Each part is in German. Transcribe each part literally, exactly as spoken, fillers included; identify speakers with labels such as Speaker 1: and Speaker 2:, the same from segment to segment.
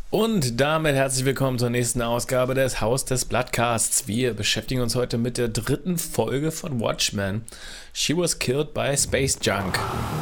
Speaker 1: Und damit herzlich willkommen zur nächsten Ausgabe des Haus des Bloodcasts. Wir beschäftigen uns heute mit der dritten Folge von Watchmen. She was killed by space junk.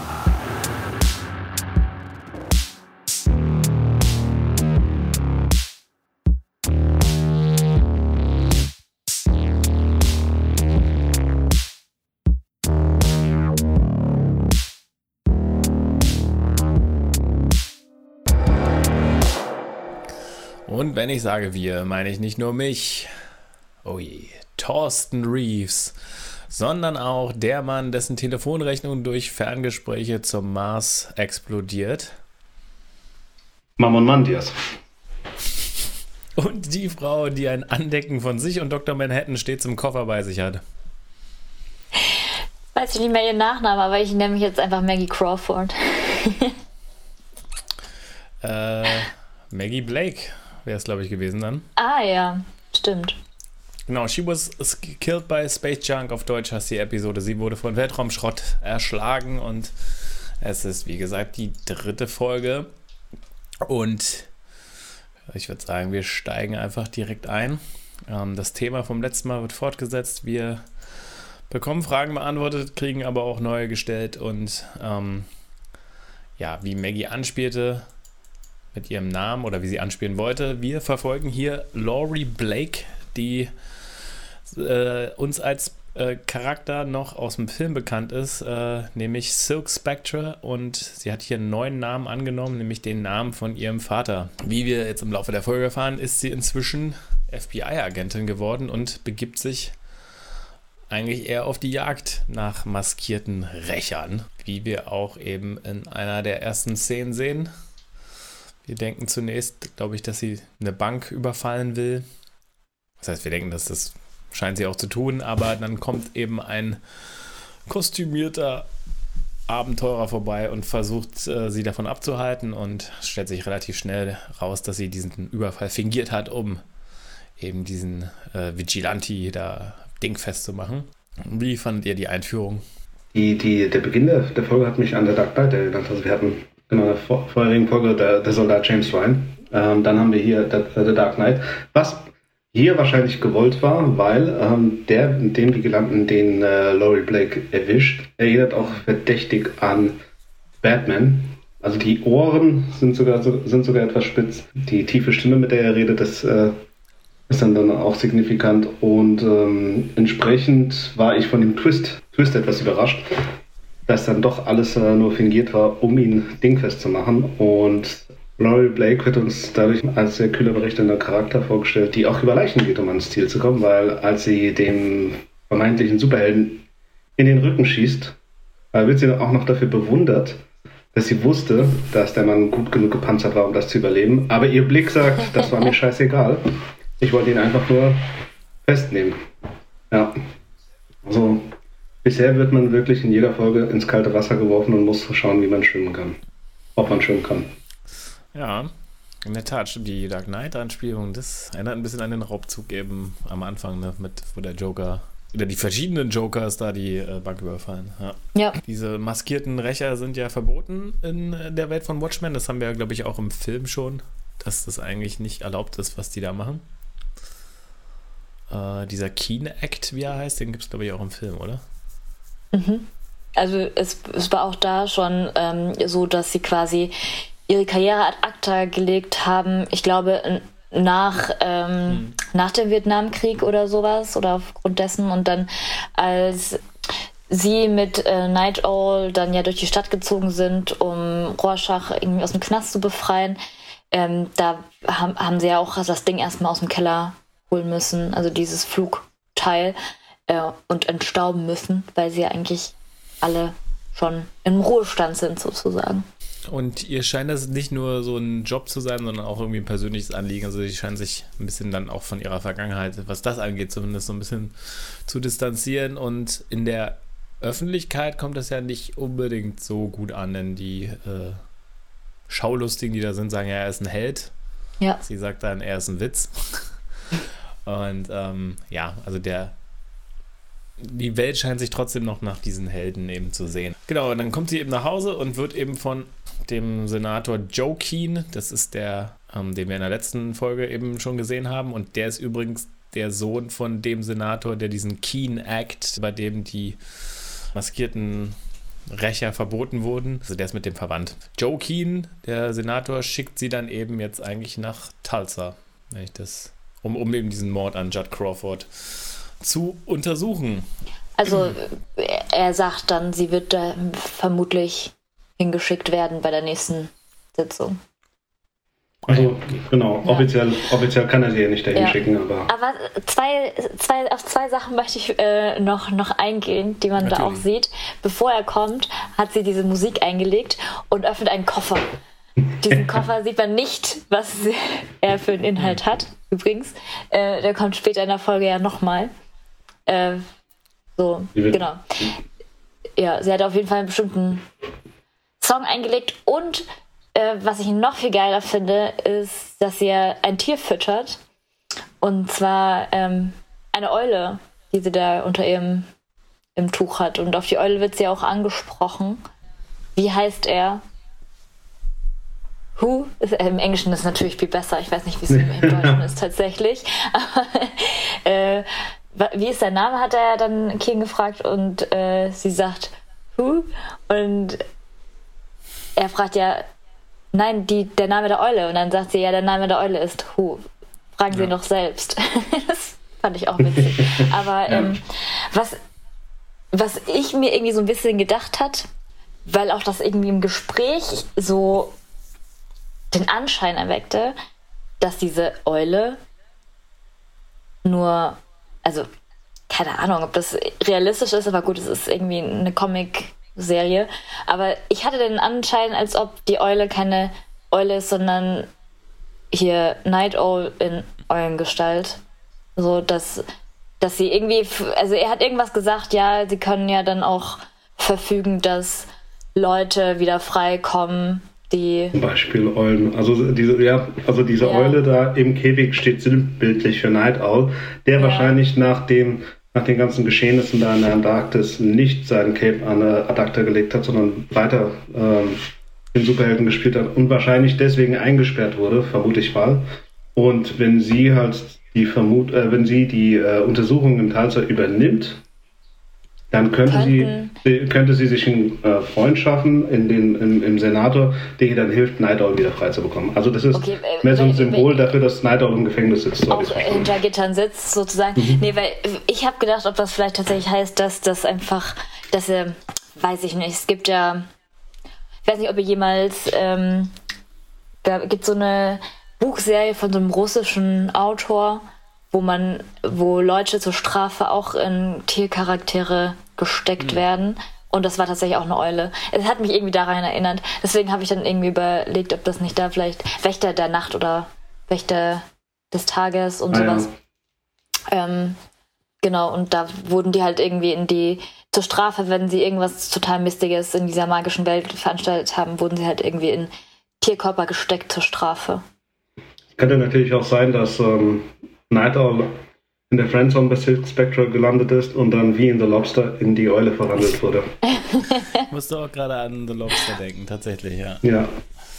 Speaker 1: Und wenn ich sage wir, meine ich nicht nur mich, oh je, Thorsten Reeves, sondern auch der Mann, dessen Telefonrechnung durch Ferngespräche zum Mars explodiert.
Speaker 2: Mammon Mandias.
Speaker 1: Und die Frau, die ein Andenken von sich und Doktor Manhattan stets im Koffer bei sich hat.
Speaker 3: Weiß ich nicht mehr ihren Nachnamen, aber ich nenne mich jetzt einfach Maggie Crawford.
Speaker 1: äh, Maggie Blake wäre es, glaube ich, gewesen dann.
Speaker 3: Ah ja, stimmt.
Speaker 1: Genau, She was killed by space junk, auf Deutsch heißt die Episode. Sie wurde von Weltraumschrott erschlagen und es ist, wie gesagt, die dritte Folge. Und ich würde sagen, wir steigen einfach direkt ein. Ähm, das Thema vom letzten Mal wird fortgesetzt. Wir bekommen Fragen beantwortet, kriegen aber auch neue gestellt. Und ähm, ja, wie Maggie anspielte mit ihrem Namen oder wie sie anspielen wollte. Wir verfolgen hier Laurie Blake, die äh, uns als äh, Charakter noch aus dem Film bekannt ist, äh, nämlich Silk Spectre, und sie hat hier einen neuen Namen angenommen, nämlich den Namen von ihrem Vater. Wie wir jetzt im Laufe der Folge erfahren, ist sie inzwischen F B I-Agentin geworden und begibt sich eigentlich eher auf die Jagd nach maskierten Rächern, wie wir auch eben in einer der ersten Szenen sehen. Wir denken zunächst, glaube ich, dass sie eine Bank überfallen will. Das heißt, wir denken, dass das scheint sie auch zu tun, aber dann kommt eben ein kostümierter Abenteurer vorbei und versucht, äh, sie davon abzuhalten, und es stellt sich relativ schnell raus, dass sie diesen Überfall fingiert hat, um eben diesen äh, Vigilanti da dingfest zu machen. Wie fandet ihr die Einführung?
Speaker 2: Die, die, der Beginn der, der Folge hat mich an The Dark Knight erinnert. Also wir hatten genau in der vor, vorherigen Folge der, der Soldat James Ryan. Ähm, dann haben wir hier der, The Dark Knight. Was hier wahrscheinlich gewollt war, weil ähm, der, den Vigilanten, den äh, Laurie Blake erwischt, erinnert auch verdächtig an Batman. Also die Ohren sind sogar, so, sind sogar etwas spitz. Die tiefe Stimme, mit der er redet, das äh, ist dann, dann auch signifikant. Und ähm, entsprechend war ich von dem Twist, Twist etwas überrascht, dass dann doch alles äh, nur fingiert war, um ihn dingfest zu machen. Und Laurie Blake wird uns dadurch als sehr kühler, berichtender Charakter vorgestellt, die auch über Leichen geht, um ans Ziel zu kommen, weil als sie dem vermeintlichen Superhelden in den Rücken schießt, äh, wird sie auch noch dafür bewundert, dass sie wusste, dass der Mann gut genug gepanzert war, um das zu überleben. Aber ihr Blick sagt, das war mir scheißegal. Ich wollte ihn einfach nur festnehmen. Ja, also bisher wird man wirklich in jeder Folge ins kalte Wasser geworfen und muss schauen, wie man schwimmen kann. Ob man schwimmen kann.
Speaker 1: Ja, in der Tat, die Dark Knight-Anspielung, das erinnert ein bisschen an den Raubzug eben am Anfang, ne, mit, wo der Joker, oder die verschiedenen Jokers da die äh, Bank überfallen. Ja.
Speaker 3: Ja.
Speaker 1: Diese maskierten Rächer sind ja verboten in der Welt von Watchmen. Das haben wir ja, glaube ich, auch im Film schon, dass das eigentlich nicht erlaubt ist, was die da machen. Äh, dieser Keen-Act, wie er heißt, den gibt es, glaube ich, auch im Film, oder?
Speaker 3: Mhm. Also es, es war auch da schon ähm, so, dass sie quasi ihre Karriere ad acta gelegt haben, ich glaube nach, ähm, mhm. nach dem Vietnamkrieg oder sowas, oder aufgrund dessen, und dann als sie mit äh, Night Owl dann ja durch die Stadt gezogen sind, um Rorschach irgendwie aus dem Knast zu befreien, ähm, da haben, haben sie ja auch das Ding erstmal aus dem Keller holen müssen, also dieses Flugteil, äh, und entstauben müssen, weil sie ja eigentlich alle schon im Ruhestand sind sozusagen.
Speaker 1: Und ihr scheint das nicht nur so ein Job zu sein, sondern auch irgendwie ein persönliches Anliegen. Also sie scheinen sich ein bisschen dann auch von ihrer Vergangenheit, was das angeht, zumindest so ein bisschen zu distanzieren. Und in der Öffentlichkeit kommt das ja nicht unbedingt so gut an, denn die äh, Schaulustigen, die da sind, sagen ja, er ist ein Held.
Speaker 3: Ja.
Speaker 1: Sie sagt dann, er ist ein Witz. Und ähm, ja, also der die Welt scheint sich trotzdem noch nach diesen Helden eben zu sehen. Genau, und dann kommt sie eben nach Hause und wird eben von dem Senator Joe Keane, das ist der, ähm, den wir in der letzten Folge eben schon gesehen haben, und der ist übrigens der Sohn von dem Senator, der diesen Keane Act, bei dem die maskierten Rächer verboten wurden, also der ist mit dem verwandt. Joe Keane, der Senator, schickt sie dann eben jetzt eigentlich nach Tulsa, wenn ich das, um, um eben diesen Mord an Judd Crawford zu untersuchen.
Speaker 3: Also er sagt dann, sie wird da vermutlich hingeschickt werden bei der nächsten Sitzung.
Speaker 2: Also genau, ja. offiziell, offiziell kann er sie ja nicht dahin ja. schicken, aber...
Speaker 3: Aber zwei, zwei, auf zwei Sachen möchte ich äh, noch, noch eingehen, die man Natürlich. da auch sieht. Bevor er kommt, hat sie diese Musik eingelegt und öffnet einen Koffer. Diesen Koffer sieht man nicht, was er für einen Inhalt hat, übrigens. Äh, der kommt später in der Folge ja nochmal. Äh, so, genau. Ja, sie hat auf jeden Fall einen bestimmten Song eingelegt und äh, was ich noch viel geiler finde, ist, dass sie ein Tier füttert. Und zwar ähm, eine Eule, die sie da unter ihrem im Tuch hat. Und auf die Eule wird sie auch angesprochen. Wie heißt er? Who? Ist, äh, Im Englischen ist es natürlich viel besser. Ich weiß nicht, wie es im, im Deutschen ist tatsächlich. Aber, äh, wie ist der Name, hat er dann King gefragt und äh, sie sagt, who? Und er fragt ja, nein, die, der Name der Eule. Und dann sagt sie, ja, der Name der Eule ist who. Fragen ja. Sie doch selbst. Das fand ich auch witzig. Aber ja. ähm, was, was ich mir irgendwie so ein bisschen gedacht hat, weil auch das irgendwie im Gespräch so den Anschein erweckte, dass diese Eule nur, also keine Ahnung, ob das realistisch ist, aber gut, es ist irgendwie eine Comic-Serie, aber ich hatte den Anschein, als ob die Eule keine Eule ist, sondern hier Night Owl in Eulengestalt. So, dass, dass sie irgendwie, also er hat irgendwas gesagt, ja, sie können ja dann auch verfügen, dass Leute wieder frei kommen, die... Zum
Speaker 2: Beispiel Eulen. Also diese, ja, also diese ja. Eule da im Käfig steht sinnbildlich für Night Owl, der ja. wahrscheinlich nach dem nach den ganzen Geschehnissen da in der Antarktis nicht seinen Cape an ad acta gelegt hat, sondern weiter ähm, den Superhelden gespielt hat und wahrscheinlich deswegen eingesperrt wurde, vermute ich mal. Und wenn sie halt die Vermut, äh, wenn sie die äh, Untersuchung in Tulsa übernimmt, dann könnte sie, könnte sie sich einen äh, Freund schaffen in den, im, im Senator, der ihr dann hilft, Night Owl wieder frei zu bekommen. Also das ist okay, äh, mehr so ein Symbol dafür, dass Night Owl im Gefängnis sitzt. So
Speaker 3: auch hinter Gittern sitzt, sozusagen. Mhm. Nee, weil ich habe gedacht, ob das vielleicht tatsächlich heißt, dass das einfach, dass er, weiß ich nicht, es gibt ja, ich weiß nicht, ob ihr jemals, ähm, da gibt so eine Buchserie von so einem russischen Autor, wo man, wo Leute zur Strafe auch in Tiercharaktere gesteckt mhm. werden. Und das war tatsächlich auch eine Eule. Es hat mich irgendwie daran erinnert. Deswegen habe ich dann irgendwie überlegt, ob das nicht da vielleicht Wächter der Nacht oder Wächter des Tages und ah, sowas. Ja. Ähm, genau, und da wurden die halt irgendwie in die, zur Strafe, wenn sie irgendwas total Mistiges in dieser magischen Welt veranstaltet haben, wurden sie halt irgendwie in Tierkörper gesteckt zur Strafe.
Speaker 2: Könnte natürlich auch sein, dass ähm Night Owl in der Friendzone bei Silk Spectre gelandet ist und dann wie in The Lobster in die Eule verwandelt wurde.
Speaker 1: Ich musste auch gerade an The Lobster denken, tatsächlich, ja.
Speaker 2: Ja.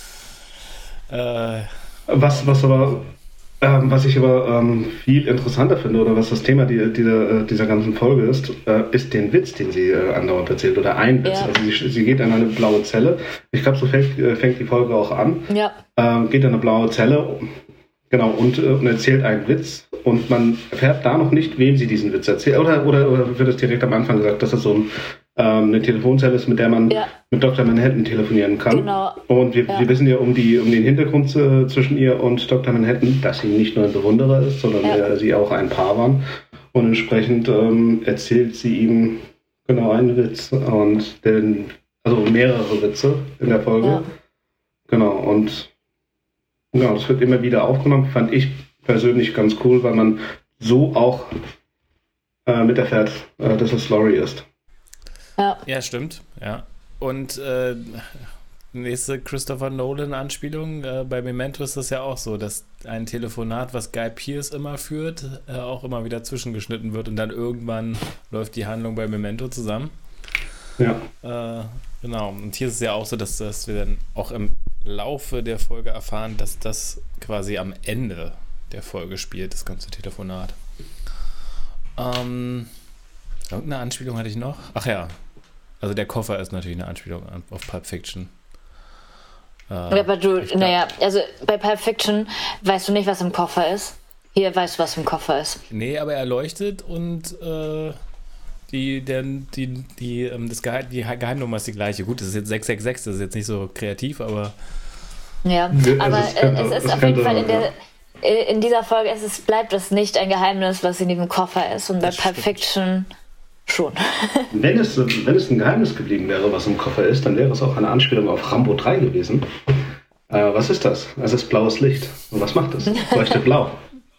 Speaker 1: Äh,
Speaker 2: was, was aber, ähm, was ich aber ähm, viel interessanter finde, oder was das Thema die, dieser, dieser ganzen Folge ist, äh, ist den Witz, den sie äh, andauernd erzählt, oder ein Witz. Ja. Also sie, sie geht in eine blaue Zelle. Ich glaube, so fängt, äh, fängt die Folge auch an.
Speaker 3: Ja.
Speaker 2: Ähm, geht in eine blaue Zelle. Genau, und, und erzählt einen Witz und man erfährt da noch nicht, wem sie diesen Witz erzählt. Oder, oder, oder wird es direkt am Anfang gesagt, dass das so ein, ähm, eine Telefonzelle ist, mit der man ja. mit Doktor Manhattan telefonieren kann.
Speaker 3: Genau.
Speaker 2: Und wir,
Speaker 3: ja.
Speaker 2: wir wissen ja um, die, um den Hintergrund äh, zwischen ihr und Doktor Manhattan, dass sie nicht nur ein Bewunderer ist, sondern ja. äh, sie auch ein Paar waren. Und entsprechend ähm, erzählt sie ihm genau einen Witz. Und den, also mehrere Witze in der Folge. Ja. Genau, und genau, das wird immer wieder aufgenommen, fand ich persönlich ganz cool, weil man so auch äh, mit erfährt, äh, dass es Laurie ist.
Speaker 3: Ja.
Speaker 1: Ja, stimmt, ja. Und äh, nächste Christopher Nolan-Anspielung. Äh, bei Memento ist das ja auch so, dass ein Telefonat, was Guy Pearce immer führt, äh, auch immer wieder zwischengeschnitten wird und dann irgendwann läuft die Handlung bei Memento zusammen.
Speaker 2: Ja.
Speaker 1: Äh, genau. Und hier ist es ja auch so, dass, dass wir dann auch im Laufe der Folge erfahren, dass das quasi am Ende der Folge spielt, das ganze Telefonat. Ähm, irgendeine Anspielung hatte ich noch? Ach ja. Also der Koffer ist natürlich eine Anspielung auf Pulp Fiction. Äh,
Speaker 3: Aber du, naja, also bei Pulp Fiction weißt du nicht, was im Koffer ist. Hier weißt du, was im Koffer ist.
Speaker 1: Nee, aber er leuchtet und äh, die, der, die, die, ähm, das Geheim, die Geheimnummer ist die gleiche. Gut, das ist jetzt sechs sechs sechs, das ist jetzt nicht so kreativ, aber...
Speaker 3: Ja,
Speaker 2: also
Speaker 3: aber
Speaker 2: es könnte,
Speaker 3: äh, es ist
Speaker 2: es
Speaker 3: auf
Speaker 2: könnte,
Speaker 3: jeden Fall in
Speaker 2: ja.
Speaker 3: der... In dieser Folge es ist, bleibt es nicht ein Geheimnis, was in diesem Koffer ist. Und bei
Speaker 1: Das
Speaker 3: Pulp
Speaker 1: stimmt.
Speaker 3: Fiction schon.
Speaker 2: Wenn es, wenn es ein Geheimnis geblieben wäre, was im Koffer ist, dann wäre es auch eine Anspielung auf Rambo drei gewesen. Äh, was ist das? Es ist blaues Licht. Und was macht es? Es leuchtet blau.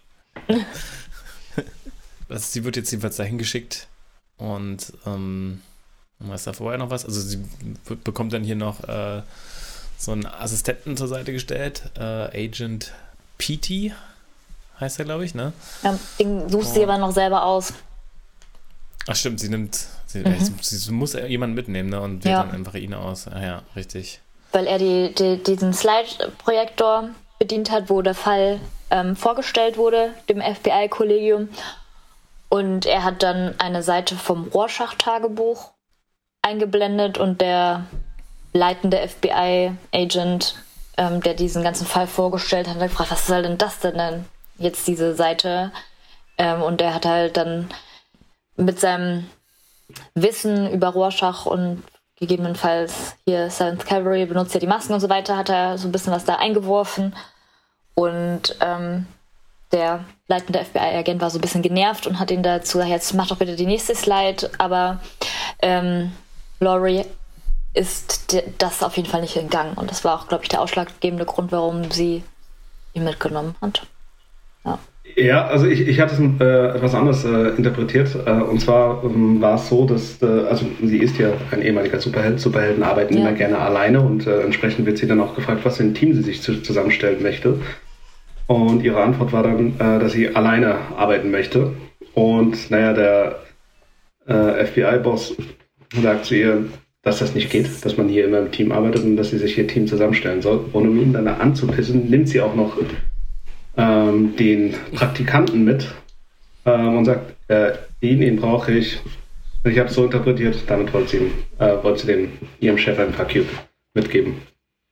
Speaker 1: Also sie wird jetzt jedenfalls dahin geschickt und ähm, ist da vorher noch was? Also sie wird, bekommt dann hier noch äh, so einen Assistenten zur Seite gestellt, äh, Agent Petey heißt er, glaube ich, ne?
Speaker 3: Ja, den suchst du
Speaker 1: Oh.
Speaker 3: aber noch selber aus.
Speaker 1: Ach stimmt, sie nimmt, sie,
Speaker 3: Mhm.
Speaker 1: äh, sie, sie muss jemanden mitnehmen, ne? Und wählt
Speaker 3: Ja.
Speaker 1: dann einfach ihn aus. Ah ja, richtig.
Speaker 3: Weil er die, die, diesen Slide-Projektor bedient hat, wo der Fall ähm, vorgestellt wurde, dem F B I-Kollegium. Und er hat dann eine Seite vom Rorschach-Tagebuch eingeblendet und der leitende F B I-Agent, ähm, der diesen ganzen Fall vorgestellt hat, hat gefragt, was soll denn das denn, denn jetzt diese Seite? Ähm, und er hat halt dann mit seinem Wissen über Rorschach und gegebenenfalls hier Seventh Cavalry benutzt ja die Masken und so weiter, hat er so ein bisschen was da eingeworfen. Und ähm, der leitende F B I-Agent war so ein bisschen genervt und hat ihn dazu gesagt, jetzt mach doch bitte die nächste Slide. Aber ähm, Laurie ist d- das auf jeden Fall nicht entgangen. Und das war auch, glaube ich, der ausschlaggebende Grund, warum sie ihn mitgenommen hat. Ja.
Speaker 2: Ja, also ich, ich hatte es äh, etwas anders äh, interpretiert. Äh, und zwar ähm, war es so, dass, äh, also sie ist ja ein ehemaliger Superheld. Superhelden arbeiten
Speaker 3: Ja.
Speaker 2: immer gerne alleine und äh, entsprechend wird sie dann auch gefragt, was für ein Team sie sich zu, zusammenstellen möchte. Und ihre Antwort war dann, äh, dass sie alleine arbeiten möchte. Und naja, der äh, F B I-Boss sagt zu ihr, dass das nicht geht, dass man hier immer im Team arbeitet und dass sie sich hier Team zusammenstellen soll. Und um ihn dann anzupissen, nimmt sie auch noch ähm, den Praktikanten mit ähm, und sagt, äh, ihn, ihn brauche ich. Ich habe es so interpretiert, damit wollte sie, ihm, äh, wollte sie dem, ihrem Chef ein paar Cube mitgeben.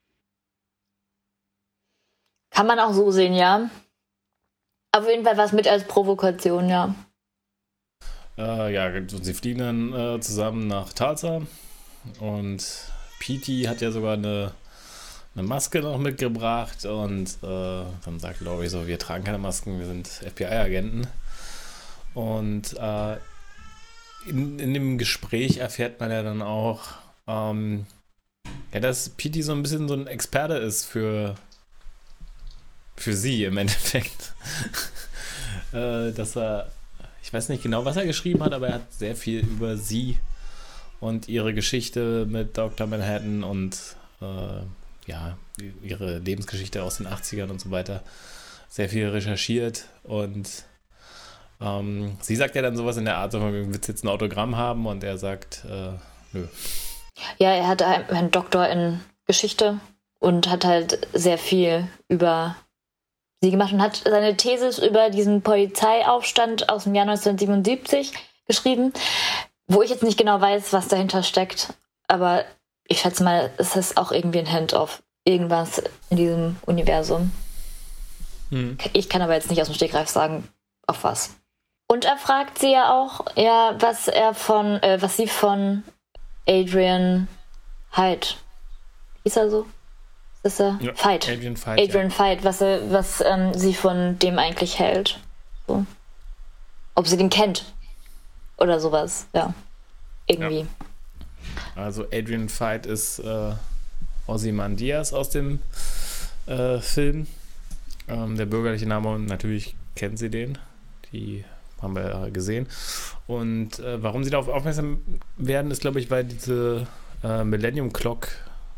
Speaker 3: Kann man auch so sehen, ja. Auf jeden Fall was mit als Provokation, ja.
Speaker 1: Äh, ja, und sie fliegen dann äh, zusammen nach Tulsa und Petey hat ja sogar eine, eine Maske noch mitgebracht und äh, dann sagt Laurie so, wir tragen keine Masken, wir sind F B I-Agenten. Und äh, in, in dem Gespräch erfährt man ja dann auch, ähm, ja, dass Petey so ein bisschen so ein Experte ist für für sie im Endeffekt. äh, dass er, ich weiß nicht genau, was er geschrieben hat, aber er hat sehr viel über sie und ihre Geschichte mit Doktor Manhattan und äh, ja, ihre Lebensgeschichte aus den achtzigern und so weiter sehr viel recherchiert und ähm, sie sagt ja dann sowas in der Art, so, willst du jetzt ein Autogramm haben? Und er sagt, äh, nö.
Speaker 3: Ja, er hat einen Doktor in Geschichte und hat halt sehr viel über sie gemacht und hat seine Thesis über diesen Polizeiaufstand aus dem Jahr neunzehnhundertsiebenundsiebzig geschrieben, wo ich jetzt nicht genau weiß, was dahinter steckt, aber ich schätze mal, es ist auch irgendwie ein Hint auf irgendwas in diesem Universum.
Speaker 1: Hm.
Speaker 3: Ich kann aber jetzt nicht aus dem Stegreif sagen, auf was. Und er fragt sie ja auch, ja, was er von, äh, was sie von Adrian Hyde, hieß er so? Ist er?
Speaker 1: Ja,
Speaker 3: Veidt.
Speaker 1: Adrian Veidt,
Speaker 3: Adrian Veidt, was, er, was ähm, sie von dem eigentlich hält. So. Ob sie den kennt. Oder sowas, ja. Irgendwie.
Speaker 1: Ja. Also Adrian Veidt ist äh, Ozymandias aus dem äh, Film. Ähm, der bürgerliche Name, und natürlich kennt sie den. Die haben wir ja gesehen. Und äh, warum sie darauf aufmerksam werden, ist, glaube ich, weil diese äh, Millennium Clock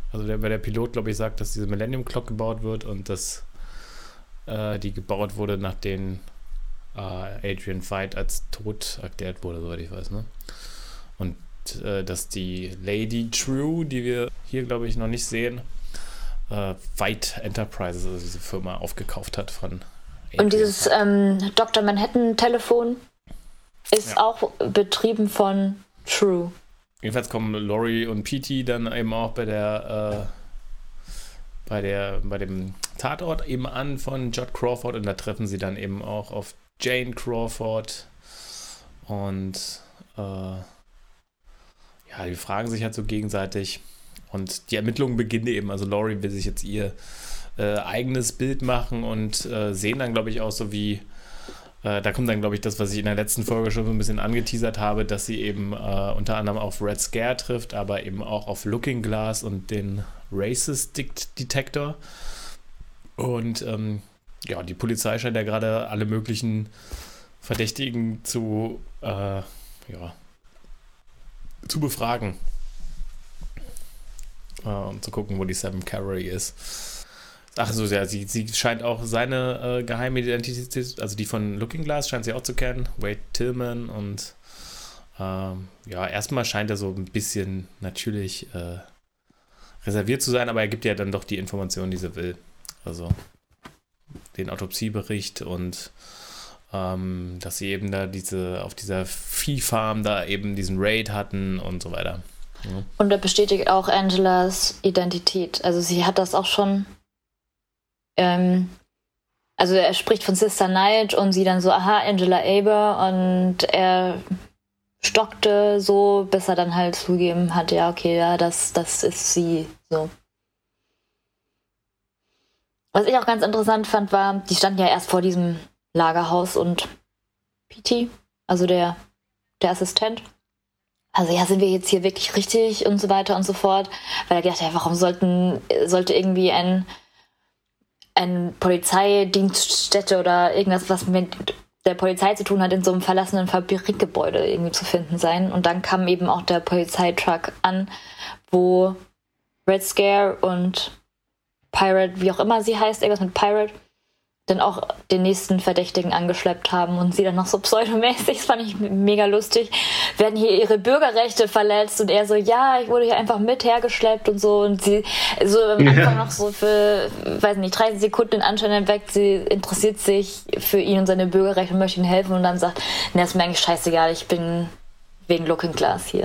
Speaker 1: Also der, weil der Pilot, glaube ich, sagt, dass diese Millennium Clock gebaut wird und dass äh, die gebaut wurde, nachdem äh, Adrian Veidt als tot erklärt wurde, soweit ich weiß, ne? Und äh, dass die Lady True, die wir hier, glaube ich, noch nicht sehen, äh, Veidt Enterprises, also diese Firma, aufgekauft hat von Adrian
Speaker 3: Und dieses ähm, Doktor Manhattan-Telefon ist
Speaker 1: Ja.
Speaker 3: auch betrieben von True.
Speaker 1: Jedenfalls kommen Laurie und Petey dann eben auch bei der äh, bei der bei dem Tatort eben an von Judd Crawford und da treffen sie dann eben auch auf Jane Crawford und äh, ja, die fragen sich halt so gegenseitig und die Ermittlungen beginnen eben, also Laurie will sich jetzt ihr äh, eigenes Bild machen und äh, sehen dann, glaube ich, auch so wie Äh, da kommt dann, glaube ich, das, was ich in der letzten Folge schon so ein bisschen angeteasert habe, dass sie eben äh, unter anderem auf Red Scare trifft, aber eben auch auf Looking Glass und den Racist Detector. Und ähm, ja, die Polizei scheint ja gerade alle möglichen Verdächtigen zu, äh, ja, zu befragen. Äh, um zu gucken, wo die Sam Carey ist. Ach so, ja, sie, sie scheint auch seine äh, geheime Identität, also die von Looking Glass, scheint sie auch zu kennen, Wade Tillman und ähm, ja, erstmal scheint er so ein bisschen natürlich äh, reserviert zu sein, aber er gibt ja dann doch die Informationen, die sie will. Also den Autopsiebericht und ähm, dass sie eben da diese, auf dieser Viehfarm da eben diesen Raid hatten und so weiter. Ja.
Speaker 3: Und er bestätigt auch Angelas Identität. Also sie hat das auch schon Ähm, also er spricht von Sister Night und sie dann so, aha, Angela Aber und er stockte so, bis er dann halt zugegeben hat, ja, okay, ja, das, das ist sie, so. Was ich auch ganz interessant fand, war, die standen ja erst vor diesem Lagerhaus und Petey, also der, der Assistent, also ja, sind wir jetzt hier wirklich richtig und so weiter und so fort, weil er gedacht, ja, warum sollten, sollte irgendwie ein eine Polizeidienststätte oder irgendwas, was mit der Polizei zu tun hat, in so einem verlassenen Fabrikgebäude irgendwie zu finden sein. Und dann kam eben auch der Polizeitruck an, wo Red Scare und Pirate, wie auch immer sie heißt, irgendwas mit Pirate, dann auch den nächsten Verdächtigen angeschleppt haben und sie dann noch so pseudomäßig, das fand ich mega lustig, werden hier ihre Bürgerrechte verletzt und er so, ja, ich wurde hier einfach mit hergeschleppt und so und sie so am Anfang ja. noch so für, weiß nicht, dreißig Sekunden den Anschein erweckt, sie interessiert sich für ihn und seine Bürgerrechte und möchte ihm helfen und dann sagt, ne, ist mir eigentlich scheißegal, ich bin wegen Looking Glass hier.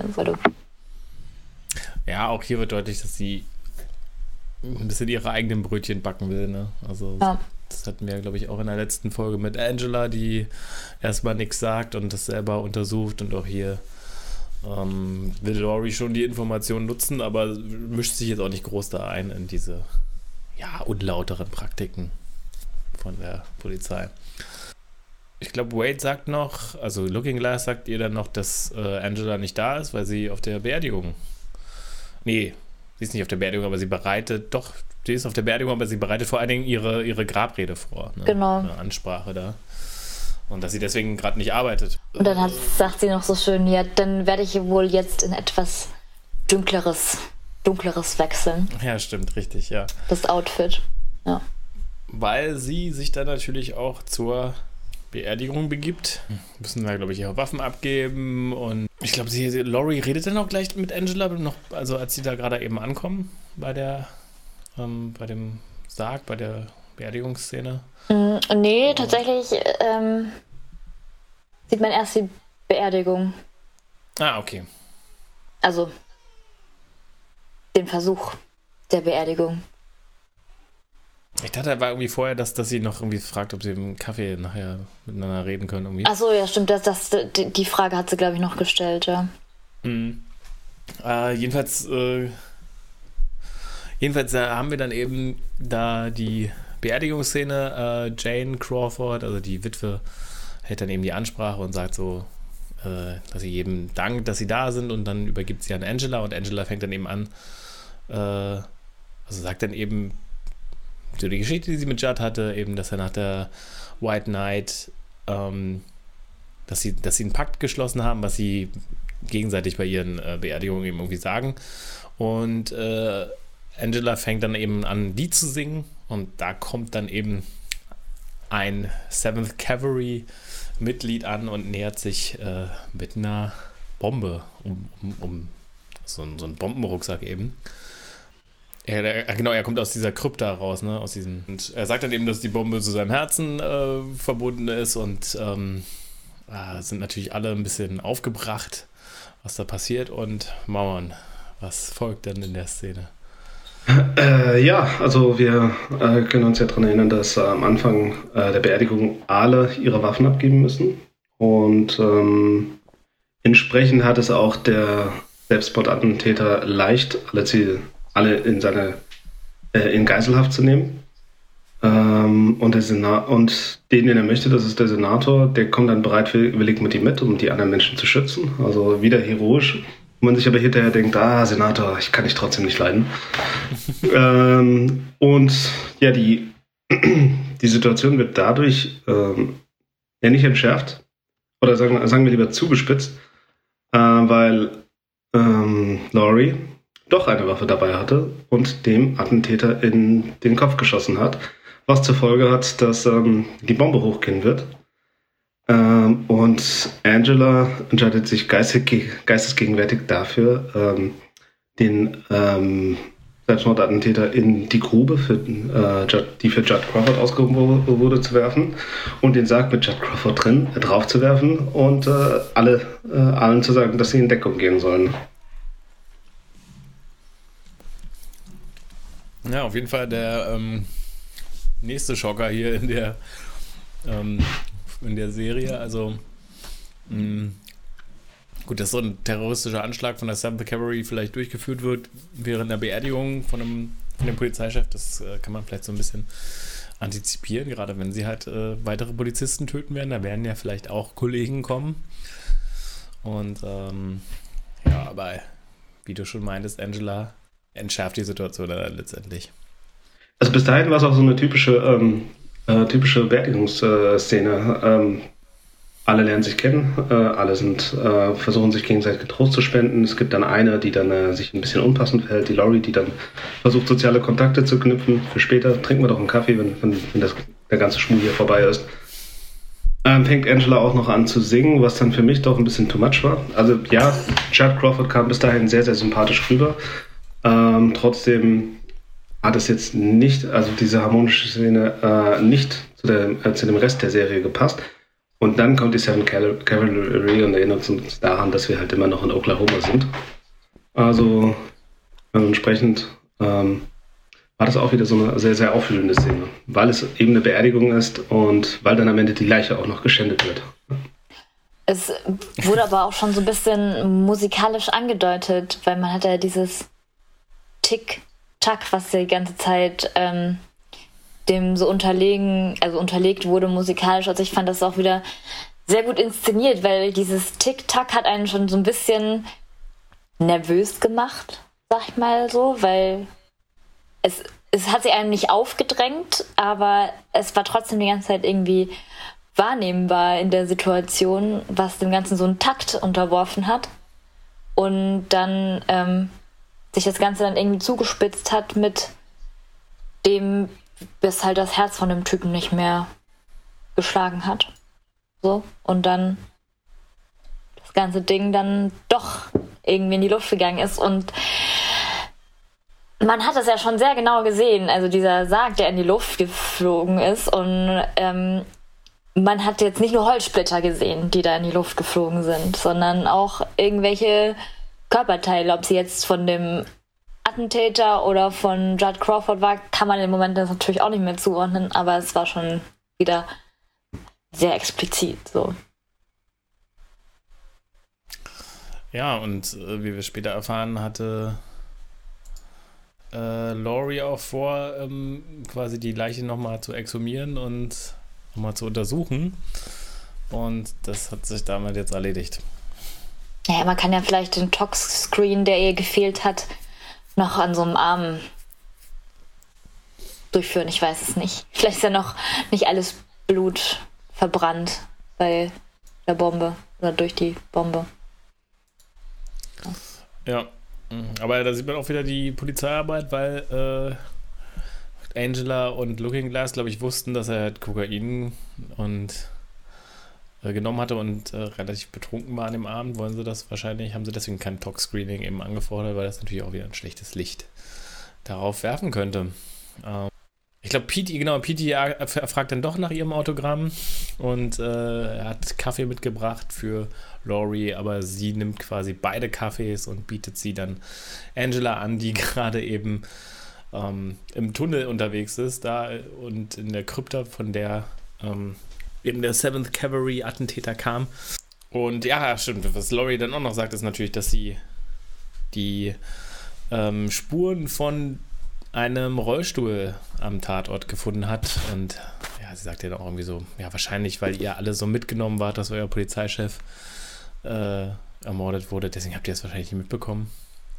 Speaker 1: Ja, auch hier wird deutlich, dass sie ein bisschen ihre eigenen Brötchen backen will, ne? Also
Speaker 3: ja.
Speaker 1: Das hatten wir, glaube ich, auch in der letzten Folge mit Angela, die erstmal nichts sagt und das selber untersucht. Und auch hier ähm, will Laurie schon die Informationen nutzen, aber mischt sich jetzt auch nicht groß da ein in diese ja, unlauteren Praktiken von der Polizei. Ich glaube, Wade sagt noch, also Looking Glass sagt ihr dann noch, dass äh, Angela nicht da ist, weil sie auf der Beerdigung. Nee, sie ist nicht auf der Beerdigung, aber sie bereitet doch. Die ist auf der Beerdigung, aber sie bereitet vor allen Dingen ihre, ihre Grabrede vor. Ne?
Speaker 3: Genau.
Speaker 1: Eine Ansprache da. Und dass sie deswegen gerade nicht arbeitet.
Speaker 3: Und dann hat, sagt sie noch so schön, ja, dann werde ich wohl jetzt in etwas dunkleres, dunkleres wechseln.
Speaker 1: Ja, stimmt, richtig, ja.
Speaker 3: Das Outfit, ja.
Speaker 1: Weil sie sich dann natürlich auch zur Beerdigung begibt. Müssen da, glaube ich, ihre Waffen abgeben. Und ich glaube, sie, Laurie redet dann auch gleich mit Angela, noch, also als sie da gerade eben ankommen bei der Ähm, bei dem Sarg, bei der Beerdigungsszene?
Speaker 3: Mm, nee, tatsächlich ähm, sieht man erst die Beerdigung.
Speaker 1: Ah, okay.
Speaker 3: Also den Versuch der Beerdigung.
Speaker 1: Ich dachte, er war irgendwie vorher, dass, dass sie noch irgendwie fragt, ob sie im Kaffee nachher miteinander reden können. Irgendwie.
Speaker 3: Ach so, ja, stimmt. Das, das, die Frage hat sie, glaube ich, noch gestellt, ja.
Speaker 1: Mhm. Äh, jedenfalls äh, Jedenfalls äh, haben wir dann eben da die Beerdigungsszene. Äh, Jane Crawford, also die Witwe, hält dann eben die Ansprache und sagt so, äh, dass sie jedem dankt, dass sie da sind und dann übergibt sie an Angela und Angela fängt dann eben an, äh, also sagt dann eben so die Geschichte, die sie mit Judd hatte, eben, dass er nach der White Night, ähm, dass sie, dass sie einen Pakt geschlossen haben, was sie gegenseitig bei ihren äh, Beerdigungen eben irgendwie sagen. Und äh, Angela fängt dann eben an, ein Lied zu singen und da kommt dann eben ein Seventh Cavalry Mitglied an und nähert sich äh, mit einer Bombe um, um, um so, so einen Bombenrucksack eben. Er, er, genau, er kommt aus dieser Krypta raus, ne, aus diesem. Und er sagt dann eben, dass die Bombe zu seinem Herzen äh, verbunden ist und ähm, äh, sind natürlich alle ein bisschen aufgebracht, was da passiert. Und Mauern, was folgt denn in der Szene?
Speaker 2: Äh, ja, also wir äh, können uns ja daran erinnern, dass äh, am Anfang äh, der Beerdigung alle ihre Waffen abgeben müssen. Und ähm, entsprechend hat es auch der Selbstmordattentäter leicht, alle Ziele alle in seine äh, in Geiselhaft zu nehmen. Ähm, und, der Senat, und den, den er möchte, das ist der Senator, der kommt dann bereitwillig mit ihm mit, um die anderen Menschen zu schützen. Also wieder heroisch. Und man sich aber hinterher denkt, ah, Senator, ich kann dich trotzdem nicht leiden. ähm, und ja, die, die Situation wird dadurch ähm, ja nicht entschärft, oder sagen, sagen wir lieber zugespitzt, äh, weil ähm, Laurie doch eine Waffe dabei hatte und dem Attentäter in den Kopf geschossen hat, was zur Folge hat, dass ähm, die Bombe hochgehen wird. Ähm, und Angela entscheidet sich geistig, geistesgegenwärtig dafür, ähm, den ähm, Selbstmordattentäter in die Grube, für, äh, Judd, die für Judd Crawford ausgehoben wurde, zu werfen und den Sarg mit Judd Crawford drin äh, drauf zu werfen und äh, alle, äh, allen zu sagen, dass sie in Deckung gehen sollen.
Speaker 1: Ja, auf jeden Fall der ähm, nächste Schocker hier in der ähm, in der Serie. Also mh, gut, dass so ein terroristischer Anschlag von der Seventh Cavalry vielleicht durchgeführt wird während der Beerdigung von einem, von dem Polizeichef, das äh, kann man vielleicht so ein bisschen antizipieren, gerade wenn sie halt äh, weitere Polizisten töten werden. Da werden ja vielleicht auch Kollegen kommen. Und ähm, ja, aber wie du schon meintest, Angela entschärft die Situation dann letztendlich.
Speaker 2: Also bis dahin war es auch so eine typische, ähm, äh, typische Beerdigungsszene. Ähm, alle lernen sich kennen, äh, alle sind, äh, versuchen sich gegenseitig Trost zu spenden. Es gibt dann eine, die dann äh, sich ein bisschen unpassend verhält, die Laurie, die dann versucht, soziale Kontakte zu knüpfen. Für später trinken wir doch einen Kaffee, wenn, wenn, wenn das, der ganze Schmuh hier vorbei ist. Ähm, fängt Angela auch noch an zu singen, was dann für mich doch ein bisschen too much war. Also ja, Judd Crawford kam bis dahin sehr, sehr sympathisch rüber. Ähm, trotzdem hat es jetzt nicht, also diese harmonische Szene äh, nicht zu, der, äh, zu dem Rest der Serie gepasst. Und dann kommt die Seventh Cavalry und erinnert uns daran, dass wir halt immer noch in Oklahoma sind. Also äh, entsprechend ähm, war das auch wieder so eine sehr, sehr aufwühlende Szene, weil es eben eine Beerdigung ist und weil dann am Ende die Leiche auch noch geschändet wird.
Speaker 3: Es wurde aber auch schon so ein bisschen musikalisch angedeutet, weil man hat ja dieses Tick-Tack, was die ganze Zeit ähm, dem so unterlegen, also unterlegt wurde musikalisch. Also ich fand das auch wieder sehr gut inszeniert, weil dieses Tick-Tack hat einen schon so ein bisschen nervös gemacht, sag ich mal so, weil es, es hat sich einem nicht aufgedrängt, aber es war trotzdem die ganze Zeit irgendwie wahrnehmbar in der Situation, was dem Ganzen so einen Takt unterworfen hat und dann ähm, sich das Ganze dann irgendwie zugespitzt hat mit dem, bis halt das Herz von dem Typen nicht mehr geschlagen hat. So, und dann das ganze Ding dann doch irgendwie in die Luft gegangen ist und man hat es ja schon sehr genau gesehen, also dieser Sarg, der in die Luft geflogen ist und ähm, man hat jetzt nicht nur Holzsplitter gesehen, die da in die Luft geflogen sind, sondern auch irgendwelche Körperteile, ob sie jetzt von dem Attentäter oder von Judd Crawford war, kann man im Moment das natürlich auch nicht mehr zuordnen, aber es war schon wieder sehr explizit so.
Speaker 1: Ja, und äh, wie wir später erfahren, hatte äh, Laurie auch vor, ähm, quasi die Leiche nochmal zu exhumieren und nochmal zu untersuchen. Und das hat sich damit jetzt erledigt.
Speaker 3: Ja, man kann ja vielleicht den Tox-Screen, der ihr gefehlt hat, noch an so einem Arm durchführen. Ich weiß es nicht. Vielleicht ist ja noch nicht alles Blut verbrannt bei der Bombe oder durch die Bombe.
Speaker 1: Ja, Aber da sieht man auch wieder die Polizeiarbeit, weil äh, Angela und Looking Glass, glaube ich, wussten, dass er halt Kokain und äh, genommen hatte und äh, relativ betrunken war an dem Abend. Wollen sie das wahrscheinlich, haben sie deswegen kein Tox-Screening eben angefordert, weil das natürlich auch wieder ein schlechtes Licht darauf werfen könnte. Ähm, ich glaube, Petey, genau, Petey fragt dann doch nach ihrem Autogramm und äh, er hat Kaffee mitgebracht für Laurie, aber sie nimmt quasi beide Kaffees und bietet sie dann Angela an, die gerade eben ähm, im Tunnel unterwegs ist, da und in der Krypta, von der ähm, eben der Seventh Cavalry Attentäter kam. Und ja, stimmt, was Laurie dann auch noch sagt, ist natürlich, dass sie die ähm, Spuren von einem Rollstuhl am Tatort gefunden hat. Und ja, sie sagt ja dann auch irgendwie so, ja, wahrscheinlich, weil ihr alle so mitgenommen wart, dass euer Polizeichef äh, ermordet wurde. Deswegen habt ihr es wahrscheinlich nicht mitbekommen.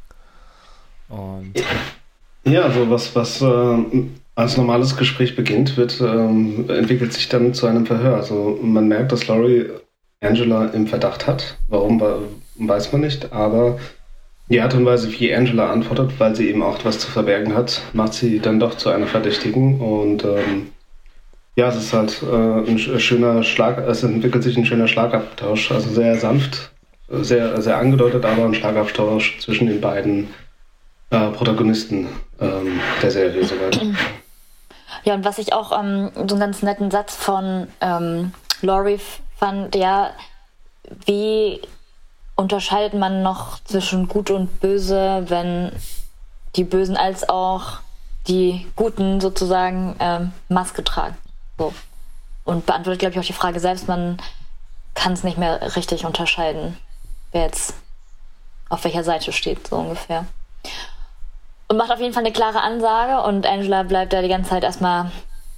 Speaker 1: Und
Speaker 2: ja, also was, was äh, als normales Gespräch beginnt, wird, ähm, entwickelt sich dann zu einem Verhör. Also man merkt, dass Laurie Angela im Verdacht hat. Warum, weiß man nicht, aber die Art und Weise, wie Angela antwortet, weil sie eben auch was zu verbergen hat, macht sie dann doch zu einer Verdächtigen. Und ähm, ja, es ist halt äh, ein schöner Schlag, es entwickelt sich ein schöner Schlagabtausch, also sehr sanft, sehr, sehr angedeutet, aber ein Schlagabtausch zwischen den beiden äh, Protagonisten ähm, der Serie soweit.
Speaker 3: Ja, und was ich auch ähm, so einen ganz netten Satz von ähm, Laurie fand, ja, wie unterscheidet man noch zwischen Gut und Böse, wenn die Bösen als auch die Guten sozusagen ähm, Maske tragen. So. Und beantwortet, glaube ich, auch die Frage selbst, man kann es nicht mehr richtig unterscheiden, wer jetzt auf welcher Seite steht, so ungefähr. Und macht auf jeden Fall eine klare Ansage und Angela bleibt da die ganze Zeit erstmal,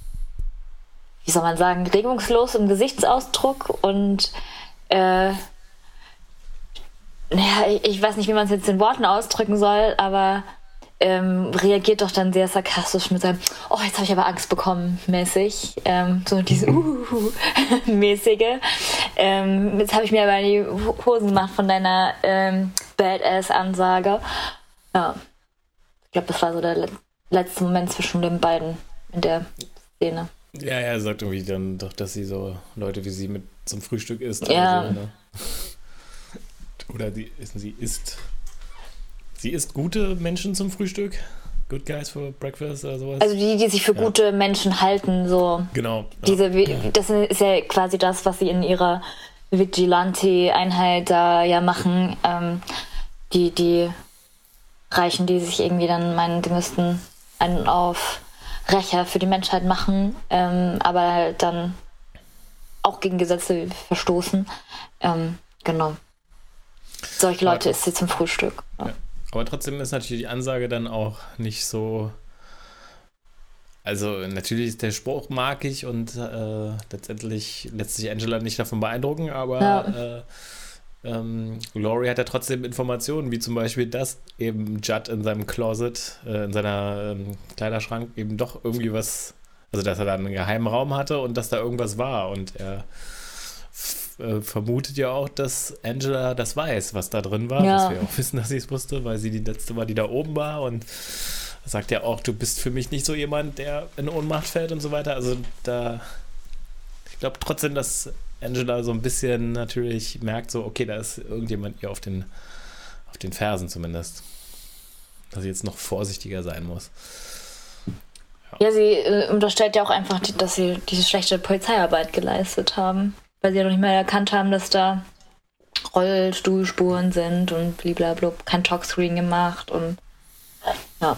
Speaker 3: wie soll man sagen, regungslos im Gesichtsausdruck und äh, naja, ich, ich weiß nicht, wie man es jetzt in Worten ausdrücken soll, aber ähm, reagiert doch dann sehr sarkastisch mit seinem oh, jetzt habe ich aber Angst bekommen, mäßig. Ähm, so diese uh, mäßige. Ähm, jetzt habe ich mir aber die Hosen gemacht von deiner ähm, Badass-Ansage. Ja. Ich glaube, das war so der le- letzte Moment zwischen den beiden in der Szene.
Speaker 1: ja, er sagt irgendwie dann doch, dass sie so Leute wie sie mit zum Frühstück isst.
Speaker 3: Ja.
Speaker 1: Oder, so, ne? Oder sie, sie isst sie isst gute Menschen zum Frühstück. Good guys for breakfast oder sowas.
Speaker 3: Also die, die sich für
Speaker 1: ja.
Speaker 3: gute Menschen halten, so.
Speaker 1: Genau.
Speaker 3: Diese,
Speaker 1: ja.
Speaker 3: Das ist ja quasi das, was sie in ihrer Vigilante-Einheit da ja machen. Ähm, die, die Reichen, die sich irgendwie dann meinen, die müssten einen auf Rächer für die Menschheit machen, ähm, aber halt dann auch gegen Gesetze verstoßen. Ähm, genau. Solche Leute
Speaker 1: aber,
Speaker 3: isst sie zum Frühstück. Ja.
Speaker 1: Ja. Aber trotzdem ist natürlich die Ansage dann auch nicht so. Also, natürlich ist der Spruch markig und äh, letztendlich lässt sich Angela nicht davon beeindrucken, aber
Speaker 3: Ja.
Speaker 1: äh, ähm, Laurie hat ja trotzdem Informationen, wie zum Beispiel, dass eben Judd in seinem Closet, äh, in seiner ähm, Kleiderschrank eben doch irgendwie was, also dass er da einen geheimen Raum hatte und dass da irgendwas war und er f- äh, vermutet ja auch, dass Angela das weiß, was da drin war,
Speaker 3: Ja.
Speaker 1: dass wir auch wissen, dass sie es wusste, weil sie die letzte war, die da oben war und sagt ja auch, du bist für mich nicht so jemand, der in Ohnmacht fällt und so weiter, also da, ich glaube trotzdem, dass Angela so ein bisschen natürlich merkt, so, okay, da ist irgendjemand ihr auf den, auf den Fersen zumindest. Dass sie jetzt noch vorsichtiger sein muss.
Speaker 3: Ja, ja sie äh, unterstellt ja auch einfach, die, dass sie diese schlechte Polizeiarbeit geleistet haben. Weil sie ja noch nicht mehr erkannt haben, dass da Rollstuhlspuren sind und blablabla, kein Talkscreen gemacht und ja.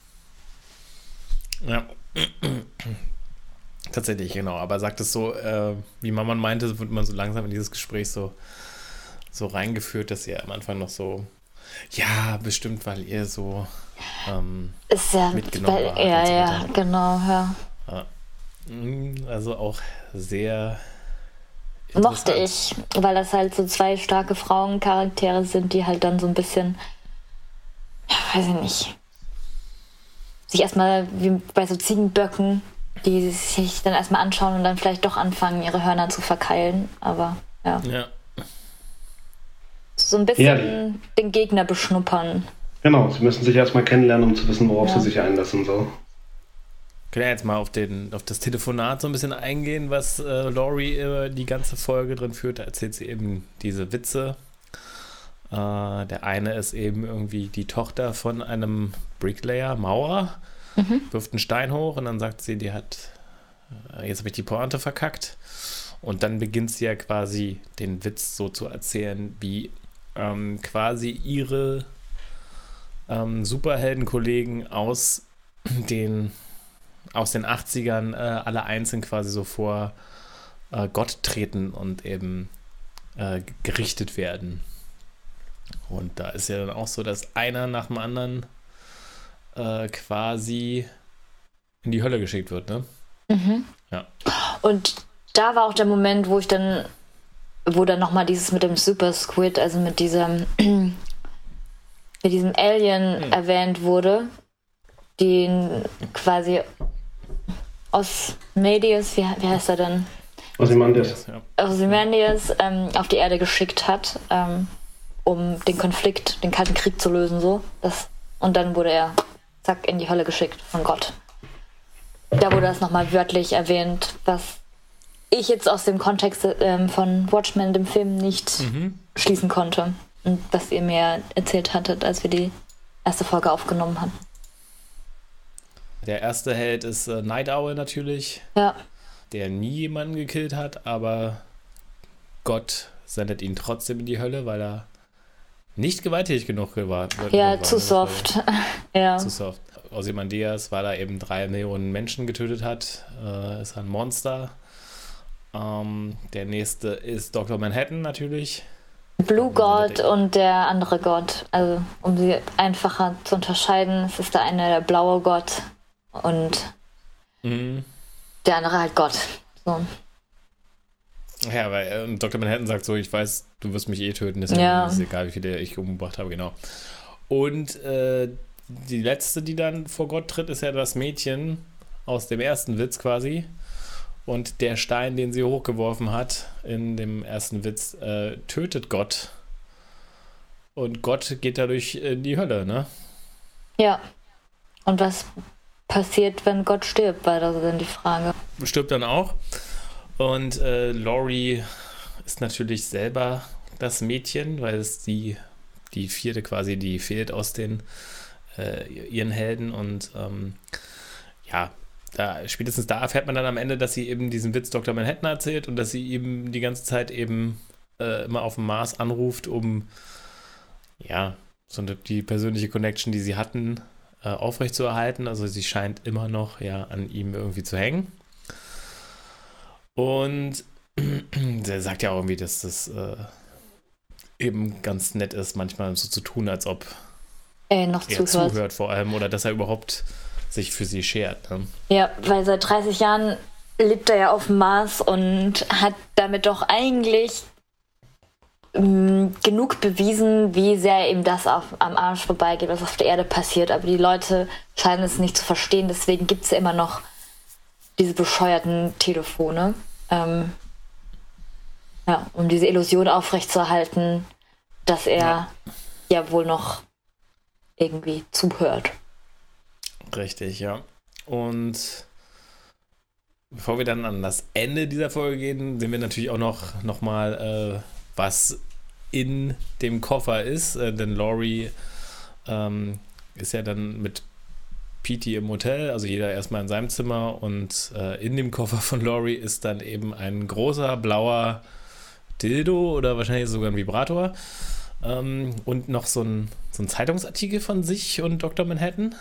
Speaker 1: Ja. Tatsächlich, genau. Aber sagt es so, äh, wie Mama meinte, wird man so langsam in dieses Gespräch so, so reingeführt, dass ihr am Anfang noch so, ja, bestimmt, weil ihr so ähm,
Speaker 3: ist ja,
Speaker 1: mitgenommen
Speaker 3: weil,
Speaker 1: wart
Speaker 3: ja,
Speaker 1: und so
Speaker 3: ja,
Speaker 1: weiter.
Speaker 3: genau, ja.
Speaker 1: Ja. Also auch sehr
Speaker 3: Mochte
Speaker 1: interessant.
Speaker 3: ich, weil das halt so zwei starke Frauencharaktere sind, die halt dann so ein bisschen, ja, weiß ich nicht, sich erstmal wie bei so Ziegenböcken, die sich dann erstmal anschauen und dann vielleicht doch anfangen, ihre Hörner zu verkeilen. Aber ja.
Speaker 1: Ja.
Speaker 3: So ein bisschen
Speaker 2: Ja.
Speaker 3: den Gegner beschnuppern.
Speaker 2: Genau, sie müssen sich erstmal kennenlernen, um zu wissen, worauf
Speaker 3: Ja.
Speaker 2: sie sich einlassen. So.
Speaker 1: Können wir jetzt mal auf, den, auf das Telefonat so ein bisschen eingehen, was äh, Laurie äh, die ganze Folge drin führt. Da erzählt sie eben diese Witze. Äh, der eine ist eben irgendwie die Tochter von einem Bricklayer, Maurer,
Speaker 3: Mhm.
Speaker 1: wirft einen Stein hoch und dann sagt sie, die hat, äh, jetzt habe ich die Pointe verkackt. Und dann beginnt sie ja quasi den Witz so zu erzählen, wie ähm, quasi ihre ähm, Superheldenkollegen aus den aus den achtzigern äh, alle einzeln quasi so vor äh, Gott treten und eben äh, gerichtet werden. Und da ist ja dann auch so, dass einer nach dem anderen äh, quasi in die Hölle geschickt wird, ne?
Speaker 3: Mhm.
Speaker 1: Ja.
Speaker 3: Und da war auch der Moment, wo ich dann, wo dann nochmal dieses mit dem Super Squid, also mit diesem, mit diesem Alien
Speaker 1: Hm.
Speaker 3: erwähnt wurde, den quasi Osmadius, wie, wie heißt er denn?
Speaker 2: Ozymandias.
Speaker 1: Ja.
Speaker 3: Ozymandias ähm, auf die Erde geschickt hat, ähm, um den Konflikt, den Kalten Krieg zu lösen, so. Das, und dann wurde er, zack, in die Hölle geschickt von Gott. Da wurde das nochmal wörtlich erwähnt, was ich jetzt aus dem Kontext ähm, von Watchmen, dem Film, nicht
Speaker 1: Mhm.
Speaker 3: schließen konnte. Und was ihr mir erzählt hattet, als wir die erste Folge aufgenommen hatten.
Speaker 1: Der erste Held ist äh, Night Owl natürlich,
Speaker 3: Ja,
Speaker 1: der nie jemanden gekillt hat, aber Gott sendet ihn trotzdem in die Hölle, weil er nicht gewalttätig genug war.
Speaker 3: ja,
Speaker 1: war,
Speaker 3: zu
Speaker 1: ne?
Speaker 3: soft. ja.
Speaker 1: Zu soft. Ozymandias, weil er eben drei Millionen Menschen getötet hat, äh, ist ein Monster. Ähm, der nächste ist Doktor Manhattan natürlich.
Speaker 3: Blue
Speaker 1: Und
Speaker 3: God
Speaker 1: der-
Speaker 3: und der andere Gott. Also, um sie einfacher zu unterscheiden, es ist der eine der blaue Gott und
Speaker 1: Mhm.
Speaker 3: der andere halt Gott. So.
Speaker 1: Ja, weil äh, Doktor Manhattan sagt so, ich weiß, du wirst mich eh töten, deswegen
Speaker 3: Ja.
Speaker 1: ist es egal, wie viele ich umgebracht habe, genau. Und äh, die letzte, die dann vor Gott tritt, ist ja das Mädchen aus dem ersten Witz quasi. Und der Stein, den sie hochgeworfen hat in dem ersten Witz, äh, tötet Gott. Und Gott geht dadurch in die Hölle, ne?
Speaker 3: Ja. Und was passiert, wenn Gott stirbt, war das dann die Frage.
Speaker 1: Stirbt dann auch. Und äh, Laurie ist natürlich selber das Mädchen, weil es die, die vierte quasi, die fehlt aus den äh, ihren Helden. Und ähm, ja, da, spätestens da erfährt man dann am Ende, dass sie eben diesen Witz Doktor Manhattan erzählt und dass sie eben die ganze Zeit eben äh, immer auf dem Mars anruft, um ja, so eine, die persönliche Connection, die sie hatten, äh, aufrechtzuerhalten. Also sie scheint immer noch ja an ihm irgendwie zu hängen. Und der sagt ja auch irgendwie, dass das äh, eben ganz nett ist, manchmal so zu tun, als ob
Speaker 3: Ey, noch
Speaker 1: er
Speaker 3: zuhört.
Speaker 1: zuhört vor allem oder dass er überhaupt sich für sie schert. Ne?
Speaker 3: Ja, weil seit dreißig Jahren lebt er ja auf dem Mars und hat damit doch eigentlich ähm, genug bewiesen, wie sehr ihm das auf, am Arsch vorbeigeht, was auf der Erde passiert. Aber die Leute scheinen es nicht zu verstehen, deswegen gibt es ja immer noch diese bescheuerten Telefone, ähm, ja, um diese Illusion aufrechtzuerhalten, dass er ja. ja wohl noch irgendwie zuhört.
Speaker 1: Richtig, ja. Und bevor wir dann an das Ende dieser Folge gehen, sehen wir natürlich auch noch, noch mal, äh, was in dem Koffer ist. Äh, denn Laurie ähm, ist ja dann mit Petey im Hotel, also jeder erstmal in seinem Zimmer. Und äh, in dem Koffer von Laurie ist dann eben ein großer blauer Dildo oder wahrscheinlich sogar ein Vibrator. Ähm, und noch so ein, so ein Zeitungsartikel von sich und Doktor Manhattan.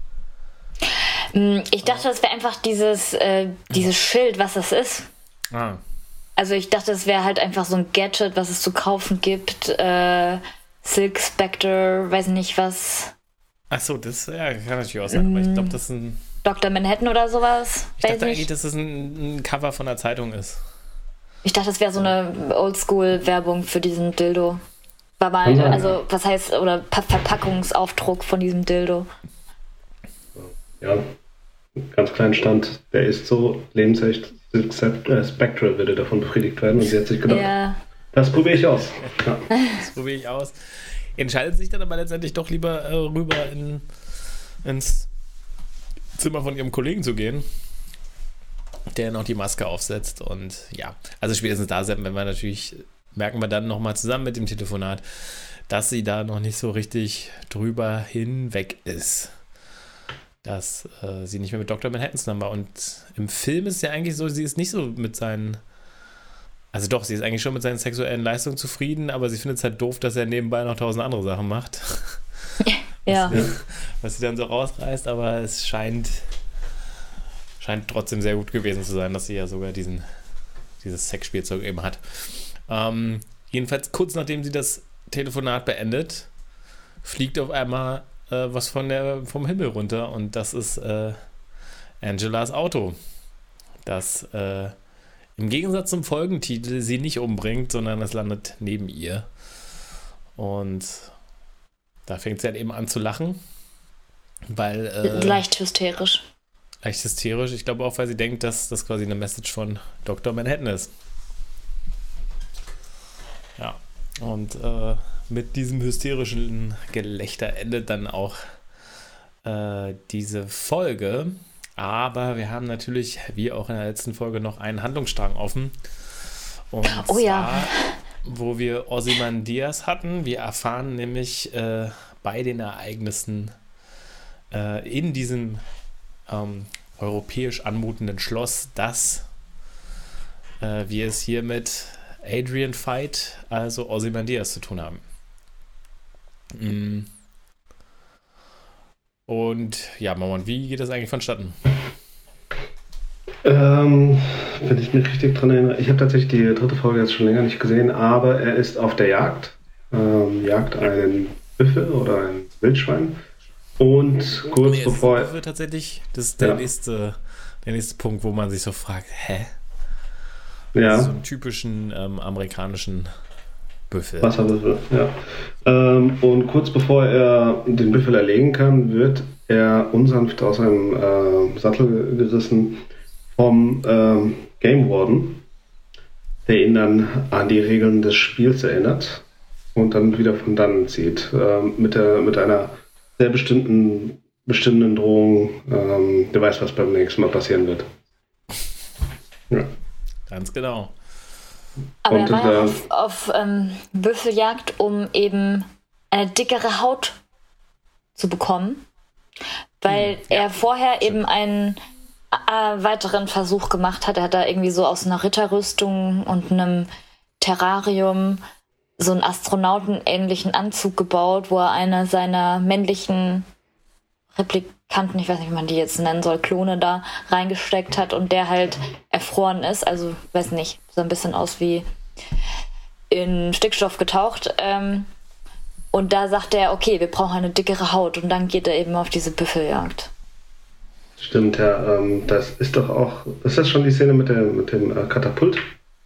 Speaker 3: Ich dachte, das wäre einfach dieses, äh, dieses Schild, was das ist.
Speaker 1: Ah.
Speaker 3: Also ich dachte, es wäre halt einfach so ein Gadget, was es zu kaufen gibt. Äh, Silk Spectre, weiß nicht was.
Speaker 1: Ach so, das ja, kann natürlich auch sein, mm. aber ich glaube, das ist ein...
Speaker 3: Doktor Manhattan oder sowas.
Speaker 1: Ich
Speaker 3: weiß
Speaker 1: dachte
Speaker 3: nicht.
Speaker 1: eigentlich, dass das ein, ein Cover von der Zeitung ist.
Speaker 3: Ich dachte, das wäre so eine Oldschool-Werbung für diesen Dildo. War mal,
Speaker 2: Ja.
Speaker 3: also was heißt, oder Pa- Verpackungsaufdruck von diesem Dildo.
Speaker 2: Ja, ganz kleinen Stand. Der ist so lebensecht. Silk Spectre würde davon befriedigt werden und sie hat sich gedacht,
Speaker 3: Ja,
Speaker 2: das probiere ich aus. Ja.
Speaker 1: Das probiere ich aus. entscheidet sich dann aber letztendlich doch lieber äh, rüber in, ins Zimmer von ihrem Kollegen zu gehen, der noch die Maske aufsetzt. Und ja, also spätestens da sind wir natürlich, merken wir dann nochmal zusammen mit dem Telefonat, dass sie da noch nicht so richtig drüber hinweg ist, dass äh, sie nicht mehr mit Doktor Manhattan zusammen war. Und im Film ist es ja eigentlich so, sie ist nicht so mit seinen, also doch, sie ist eigentlich schon mit seinen sexuellen Leistungen zufrieden, aber sie findet es halt doof, dass er nebenbei noch tausend andere Sachen macht.
Speaker 3: Ja.
Speaker 1: Was, was sie dann so rausreißt, aber es scheint, scheint trotzdem sehr gut gewesen zu sein, dass sie ja sogar diesen, dieses Sexspielzeug eben hat. Ähm, jedenfalls kurz nachdem sie das Telefonat beendet, fliegt auf einmal äh, was von der, vom Himmel runter und das ist äh, Angelas Auto, das äh, im Gegensatz zum Folgentitel sie nicht umbringt, sondern es landet neben ihr. Und da fängt sie halt eben an zu lachen, weil... Äh,
Speaker 3: leicht hysterisch.
Speaker 1: Leicht hysterisch. Ich glaube auch, weil sie denkt, dass das quasi eine Message von Doktor Manhattan ist. Ja, und äh, mit diesem hysterischen Gelächter endet dann auch äh, diese Folge. Aber wir haben natürlich, wie auch in der letzten Folge, noch einen Handlungsstrang offen. Und
Speaker 3: oh
Speaker 1: zwar,
Speaker 3: ja.
Speaker 1: wo wir Ozymandias hatten. Wir erfahren nämlich äh, bei den Ereignissen äh, in diesem ähm, europäisch anmutenden Schloss, dass äh, wir es hier mit Adrian Veidt, also Ozymandias, zu tun haben. Mm. Und ja, Mammon, wie geht das eigentlich vonstatten?
Speaker 2: Ähm, wenn ich mich richtig dran erinnere, ich habe tatsächlich die dritte Folge jetzt schon länger nicht gesehen, aber er ist auf der Jagd, ähm, jagt einen Büffel oder ein Wildschwein und kurz
Speaker 1: nee,
Speaker 2: bevor
Speaker 1: er... tatsächlich, das ist der, ja. nächste, der nächste Punkt, wo man sich so fragt, hä?
Speaker 2: Ja.
Speaker 1: So einen typischen ähm, amerikanischen Büffel.
Speaker 2: Wasserbüffel, ja. Ähm, und kurz bevor er den Büffel erlegen kann, wird er unsanft aus seinem äh, Sattel gerissen vom ähm, Game Warden, der ihn dann an die Regeln des Spiels erinnert und dann wieder von dannen zieht. Ähm, mit, der, mit einer sehr bestimmten, bestimmten Drohung, ähm, der weiß, was beim nächsten Mal passieren wird. Ja.
Speaker 1: Ganz genau.
Speaker 3: Aber
Speaker 2: und
Speaker 3: er war ja
Speaker 2: äh,
Speaker 3: auf, auf ähm, Büffeljagd, um eben eine dickere Haut zu bekommen, weil ja. er vorher ja. eben einen äh, weiteren Versuch gemacht hat. Er hat da irgendwie so aus einer Ritterrüstung und einem Terrarium so einen astronautenähnlichen Anzug gebaut, wo er eine seiner männlichen Replikanten, ich weiß nicht, wie man die jetzt nennen soll, Klone da reingesteckt hat und der halt erfroren ist, also weiß nicht, so ein bisschen aus wie in Stickstoff getaucht. Ähm, und da sagt er, okay, wir brauchen eine dickere Haut und dann geht er eben auf diese Büffeljagd.
Speaker 2: Stimmt, ja, ähm, das ist doch auch, ist das schon die Szene mit, der, mit dem äh, Katapult?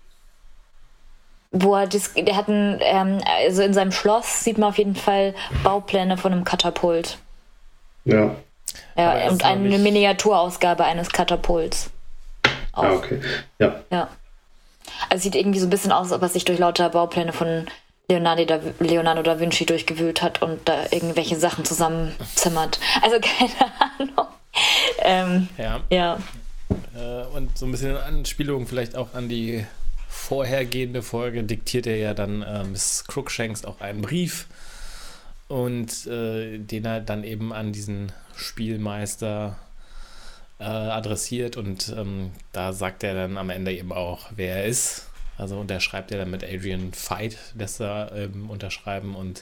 Speaker 3: Wo er, das, der hat ein, ähm, also in seinem Schloss sieht man auf jeden Fall Baupläne von einem Katapult.
Speaker 2: Ja.
Speaker 3: Ja, und eine nicht... Miniaturausgabe eines Katapults. Auch.
Speaker 2: Ah, okay. Ja.
Speaker 3: Ja. Also sieht irgendwie so ein bisschen aus, als ob er sich durch lauter Baupläne von Leonardo da, Leonardo da Vinci durchgewühlt hat und da irgendwelche Sachen zusammenzimmert. Also keine Ahnung. Ähm,
Speaker 1: ja.
Speaker 3: ja.
Speaker 1: Äh, und so ein bisschen Anspielung vielleicht auch an die vorhergehende Folge diktiert er ja dann äh, Miss Crookshanks auch einen Brief und äh, den er dann eben an diesen Spielmeister äh, adressiert und ähm, da sagt er dann am Ende eben auch, wer er ist. Also unterschreibt er dann mit Adrian Veidt, lässt er ähm, unterschreiben und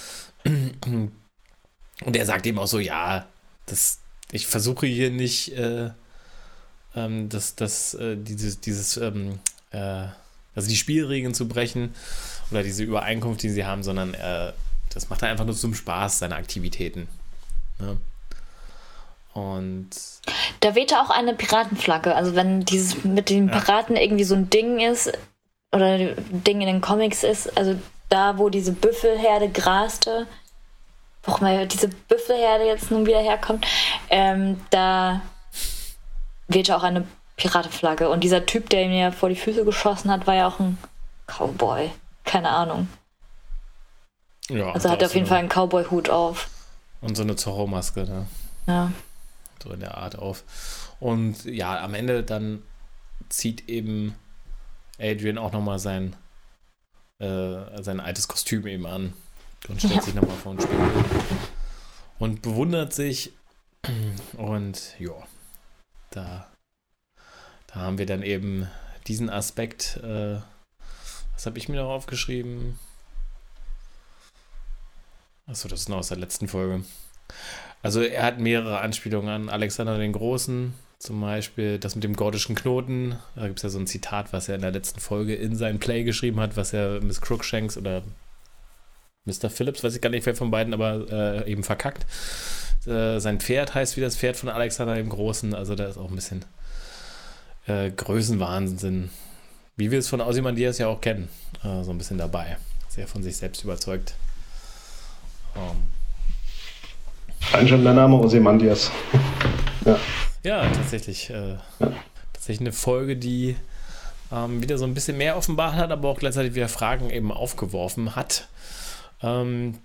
Speaker 1: und er sagt eben auch so, ja, das, ich versuche hier nicht äh, ähm, das, das, äh, dieses, dieses ähm, äh, also die Spielregeln zu brechen oder diese Übereinkunft, die sie haben, sondern äh, das macht er einfach nur zum Spaß, seine Aktivitäten. Ne? Und
Speaker 3: da wehte auch eine Piratenflagge. Also wenn dieses mit den Piraten ja. irgendwie so ein Ding ist oder ein Ding in den Comics ist, also da, wo diese Büffelherde graste, wo auch mal diese Büffelherde jetzt nun wieder herkommt, ähm, da wehte auch eine Piratenflagge. Und dieser Typ, der mir vor die Füße geschossen hat, war ja auch ein Cowboy. Keine Ahnung.
Speaker 1: Ja,
Speaker 3: also hat er auf jeden
Speaker 1: so
Speaker 3: Fall einen Cowboy-Hut auf.
Speaker 1: Und so eine Zorro-Maske, ne?
Speaker 3: Ja.
Speaker 1: So in der Art auf. Und ja, am Ende dann zieht eben Adrian auch nochmal sein, äh, sein altes Kostüm eben an und stellt
Speaker 3: Ja.
Speaker 1: sich nochmal vor den Spiegel und bewundert sich. Und ja, da, da haben wir dann eben diesen Aspekt. Äh, was habe ich mir noch aufgeschrieben? Achso, das ist noch aus der letzten Folge. Also er hat mehrere Anspielungen an Alexander den Großen, zum Beispiel das mit dem gordischen Knoten. Da gibt es ja so ein Zitat, was er in der letzten Folge in sein Play geschrieben hat, was er Miss Crookshanks oder Mister Phillips, weiß ich gar nicht, wer von beiden, aber äh, eben verkackt. Äh, sein Pferd heißt wie das Pferd von Alexander dem Großen, also da ist auch ein bisschen äh, Größenwahnsinn, wie wir es von Ozymandias ja auch kennen, äh, so ein bisschen dabei. Sehr von sich selbst überzeugt. Um.
Speaker 2: Ein schon der Name Ozymandias. Ja.
Speaker 1: Ja, tatsächlich. Äh,
Speaker 2: Ja.
Speaker 1: Tatsächlich eine Folge, die ähm, wieder so ein bisschen mehr offenbart hat, aber auch gleichzeitig wieder Fragen eben aufgeworfen hat. Ähm,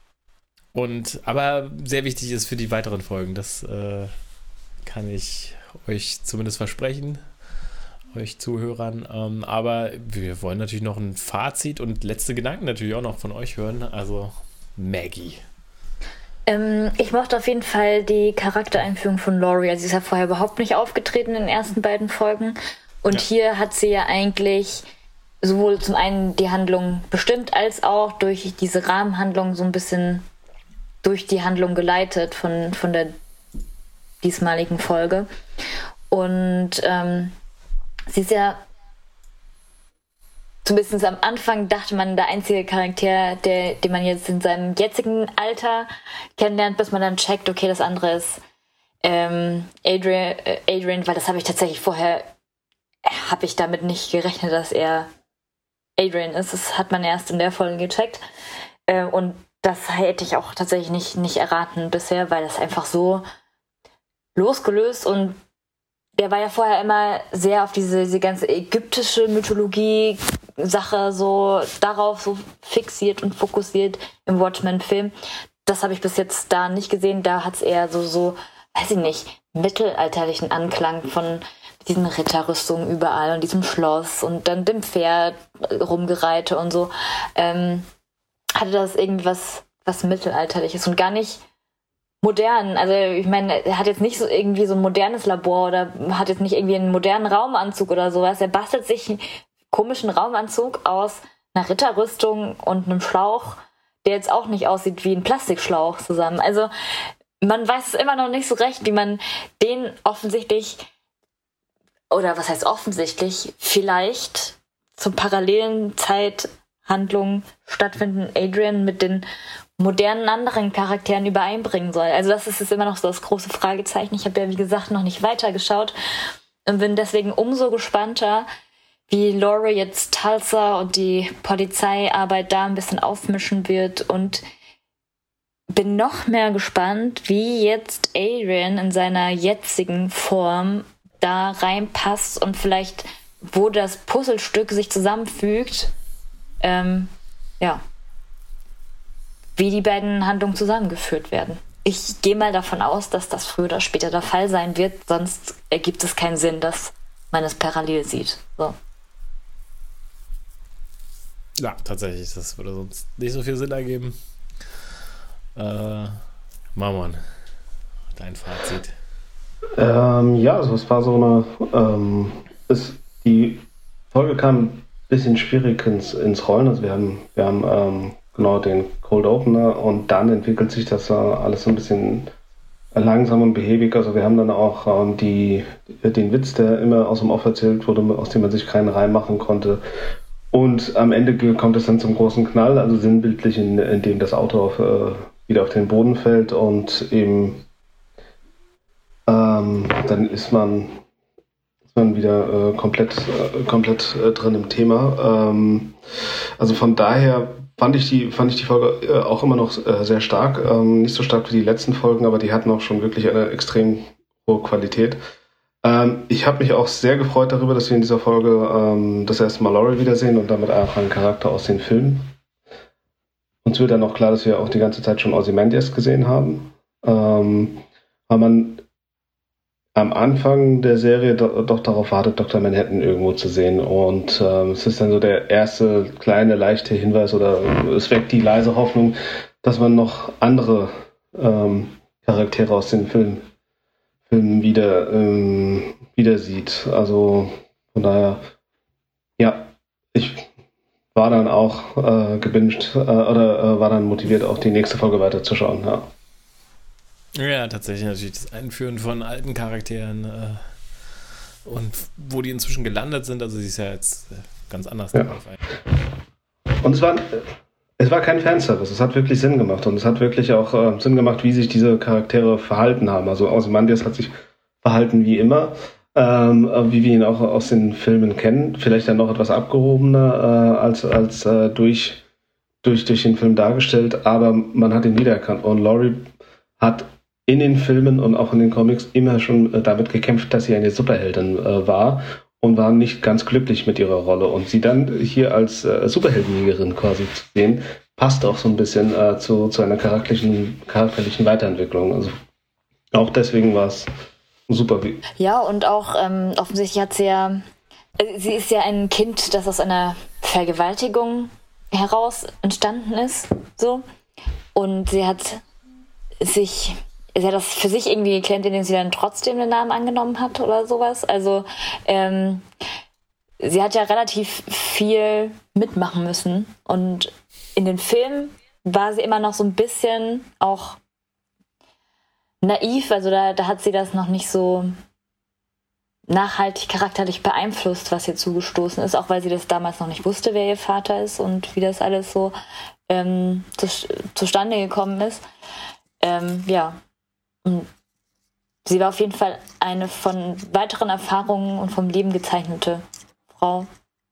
Speaker 1: und aber sehr wichtig ist für die weiteren Folgen. Das äh, kann ich euch zumindest versprechen, euch Zuhörern. Ähm, aber wir wollen natürlich noch ein Fazit und letzte Gedanken natürlich auch noch von euch hören. Also Maggie.
Speaker 3: Ähm, ich mochte auf jeden Fall die Charaktereinführung von Laurie. Also sie ist ja vorher überhaupt nicht aufgetreten in den ersten beiden Folgen. Und
Speaker 1: Ja.
Speaker 3: hier hat sie ja eigentlich sowohl zum einen die Handlung bestimmt, als auch durch diese Rahmenhandlung so ein bisschen durch die Handlung geleitet von, von der diesmaligen Folge. Und ähm, sie ist ja zumindest am Anfang dachte man, der einzige Charakter, der, den man jetzt in seinem jetzigen Alter kennenlernt, bis man dann checkt, okay, das andere ist ähm, Adrian, äh, Adrian, weil das habe ich tatsächlich vorher, habe ich damit nicht gerechnet, dass er Adrian ist. Das hat man erst in der Folge gecheckt. Äh, und das hätte ich auch tatsächlich nicht, nicht erraten bisher, weil das einfach so losgelöst und der war ja vorher immer sehr auf diese, diese ganze ägyptische Mythologie-Sache so darauf so fixiert und fokussiert im Watchmen-Film. Das habe ich bis jetzt da nicht gesehen. Da hat es eher so, so, weiß ich nicht, mittelalterlichen Anklang von diesen Ritterrüstungen überall und diesem Schloss und dann dem Pferd rumgereite und so. Ähm, hatte das irgendwie was, was Mittelalterliches und gar nicht modern. Also ich meine, er hat jetzt nicht so irgendwie so ein modernes Labor oder hat jetzt nicht irgendwie einen modernen Raumanzug oder sowas. Er bastelt sich einen komischen Raumanzug aus einer Ritterrüstung und einem Schlauch, der jetzt auch nicht aussieht wie ein Plastikschlauch zusammen. Also man weiß es immer noch nicht so recht, wie man den offensichtlich, oder was heißt offensichtlich, vielleicht zur parallelen Zeithandlung stattfinden Adrian mit den modernen anderen Charakteren übereinbringen soll. Also das ist jetzt immer noch so das große Fragezeichen. Ich habe ja, wie gesagt, noch nicht weitergeschaut und bin deswegen umso gespannter, wie Laurie jetzt Tulsa und die Polizeiarbeit da ein bisschen aufmischen wird und bin noch mehr gespannt, wie jetzt Adrian in seiner jetzigen Form da reinpasst und vielleicht, wo das Puzzlestück sich zusammenfügt, ähm, ja, wie die beiden Handlungen zusammengeführt werden. Ich gehe mal davon aus, dass das früher oder später der Fall sein wird, sonst ergibt es keinen Sinn, dass man es parallel sieht. So.
Speaker 1: Ja, tatsächlich, das würde sonst nicht so viel Sinn ergeben. Äh, Marmon, dein Fazit.
Speaker 2: Ähm, ja, also es war so eine, ähm, es, die Folge kam ein bisschen schwierig ins, ins Rollen. Also wir haben, wir haben ähm, genau den Cold Opener und dann entwickelt sich das äh, alles so ein bisschen langsam und behäbig. Also wir haben dann auch ähm, die, den Witz, der immer aus dem Off erzählt wurde, aus dem man sich keinen Reim machen konnte. Und am Ende kommt es dann zum großen Knall, also sinnbildlich, in, in dem das Auto auf, äh, wieder auf den Boden fällt und eben ähm, dann ist man, ist man wieder äh, komplett, äh, komplett äh, drin im Thema. Ähm, also von daher fand ich die, fand ich die Folge äh, auch immer noch äh, sehr stark. Ähm, nicht so stark wie die letzten Folgen, aber die hatten auch schon wirklich eine extrem hohe Qualität. Ähm, ich habe mich auch sehr gefreut darüber, dass wir in dieser Folge ähm, das erste Mal Laurie wiedersehen und damit auch einen Charakter aus den Filmen. Und uns wird dann auch klar, dass wir auch die ganze Zeit schon Ozymandias gesehen haben. Ähm, weil man am Anfang der Serie do, doch darauf wartet, Doktor Manhattan irgendwo zu sehen. Und ähm, es ist dann so der erste kleine, leichte Hinweis oder es weckt die leise Hoffnung, dass man noch andere ähm, Charaktere aus den Filmen, Filmen wieder, ähm, wieder sieht. Also von daher, ja, ich war dann auch äh, gebinged äh, oder äh, war dann motiviert, auch die nächste Folge weiterzuschauen, ja.
Speaker 1: Ja, tatsächlich natürlich das Einführen von alten Charakteren äh, und wo die inzwischen gelandet sind, also sie ist ja jetzt äh, ganz anders.
Speaker 2: Ja. Und es war, es war kein Fanservice, es hat wirklich Sinn gemacht und es hat wirklich auch äh, Sinn gemacht, wie sich diese Charaktere verhalten haben. Also Ozymandias hat sich verhalten wie immer, ähm, wie wir ihn auch aus den Filmen kennen, vielleicht dann noch etwas abgehobener äh, als, als äh, durch, durch, durch den Film dargestellt, aber man hat ihn wiedererkannt und Laurie hat in den Filmen und auch in den Comics immer schon äh, damit gekämpft, dass sie eine Superheldin äh, war und war nicht ganz glücklich mit ihrer Rolle. Und sie dann hier als äh, Superheldenjägerin quasi zu sehen, passt auch so ein bisschen äh, zu, zu einer charakterlichen, charakterlichen Weiterentwicklung. Also auch deswegen war es super.
Speaker 3: Ja, und auch ähm, offensichtlich hat sie ja, sie ist ja ein Kind, das aus einer Vergewaltigung heraus entstanden ist, so. Und sie hat sich... Sie hat das für sich irgendwie geklemmt, indem sie dann trotzdem den Namen angenommen hat oder sowas. Also ähm, sie hat ja relativ viel mitmachen müssen. Und in den Filmen war sie immer noch so ein bisschen auch naiv. Also da, da hat sie das noch nicht so nachhaltig charakterlich beeinflusst, was ihr zugestoßen ist. Auch weil sie das damals noch nicht wusste, wer ihr Vater ist und wie das alles so ähm, zu, zustande gekommen ist. Ähm, ja. Und sie war auf jeden Fall eine von weiteren Erfahrungen und vom Leben gezeichnete Frau.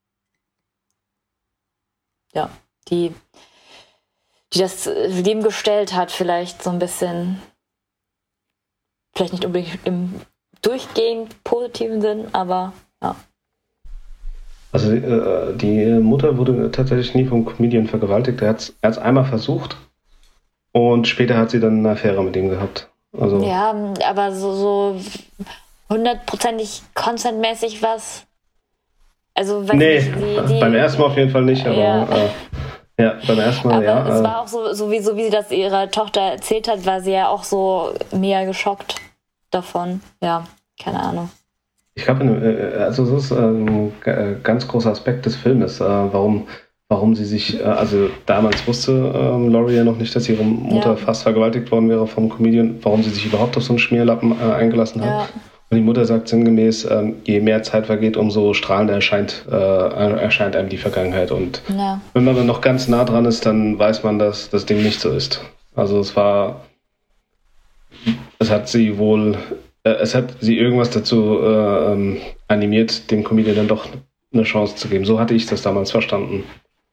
Speaker 3: Ja, die, die das Leben gestellt hat, vielleicht so ein bisschen, vielleicht nicht unbedingt im durchgehend positiven Sinn, aber ja.
Speaker 2: Also äh, die Mutter wurde tatsächlich nie vom Comedian vergewaltigt. Er hat es einmal versucht und später hat sie dann eine Affäre mit ihm gehabt. Also,
Speaker 3: ja, aber so, so hundertprozentig consentmäßig was. Also, weiß
Speaker 2: nee,
Speaker 3: nicht, die, die,
Speaker 2: beim ersten Mal auf jeden Fall nicht, aber
Speaker 3: ja,
Speaker 2: äh, ja beim ersten Mal,
Speaker 3: aber
Speaker 2: ja.
Speaker 3: es
Speaker 2: äh,
Speaker 3: war auch so, so, wie, so, wie sie das ihrer Tochter erzählt hat, war sie ja auch so mega geschockt davon. Ja, keine Ahnung.
Speaker 2: Ich glaube, äh, also das ist ein äh, ganz großer Aspekt des Filmes, äh, warum warum sie sich, äh, also damals wusste ähm, Laurie ja noch nicht, dass ihre Mutter ja. fast vergewaltigt worden wäre vom Comedian, warum sie sich überhaupt auf so einen Schmierlappen äh, eingelassen hat. Ja. Und die Mutter sagt sinngemäß, ähm, je mehr Zeit vergeht, umso strahlender erscheint, äh, erscheint einem die Vergangenheit. Und ja. wenn man dann noch ganz nah dran ist, dann weiß man, dass das Ding nicht so ist. Also es war, es hat sie wohl, äh, es hat sie irgendwas dazu äh, ähm, animiert, dem Comedian dann doch eine Chance zu geben. So hatte ich das damals verstanden.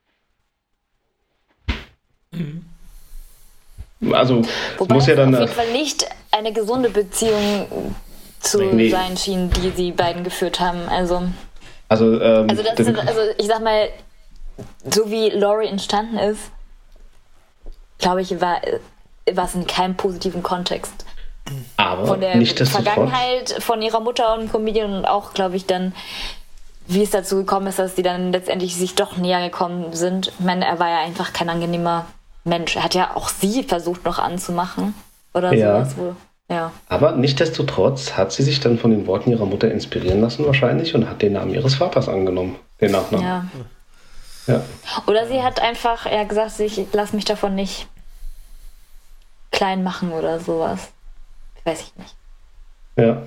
Speaker 2: Also
Speaker 3: Wobei
Speaker 2: muss ja dann
Speaker 3: auf jeden Fall nicht eine gesunde Beziehung zu nee. sein schien, die die beiden geführt haben. Also,
Speaker 2: also, ähm,
Speaker 3: also, das ist, also ich sag mal, so wie Laurie entstanden ist, glaube ich, war, war es in keinem positiven Kontext.
Speaker 2: Aber
Speaker 3: von der
Speaker 2: nicht
Speaker 3: Vergangenheit von ihrer Mutter und Comedian und auch, glaube ich, dann, wie es dazu gekommen ist, dass die dann letztendlich sich doch näher gekommen sind. Ich meine, er war ja einfach kein angenehmer Mensch. Er hat ja auch sie versucht noch anzumachen oder
Speaker 2: ja.
Speaker 3: sowas wohl. Ja.
Speaker 2: Aber nichtsdestotrotz hat sie sich dann von den Worten ihrer Mutter inspirieren lassen wahrscheinlich und hat den Namen ihres Vaters angenommen, den Nachnamen.
Speaker 3: Ja.
Speaker 2: Ja.
Speaker 3: Oder sie hat einfach ja, gesagt, ich lasse mich davon nicht klein machen oder sowas. Weiß ich nicht.
Speaker 2: Ja.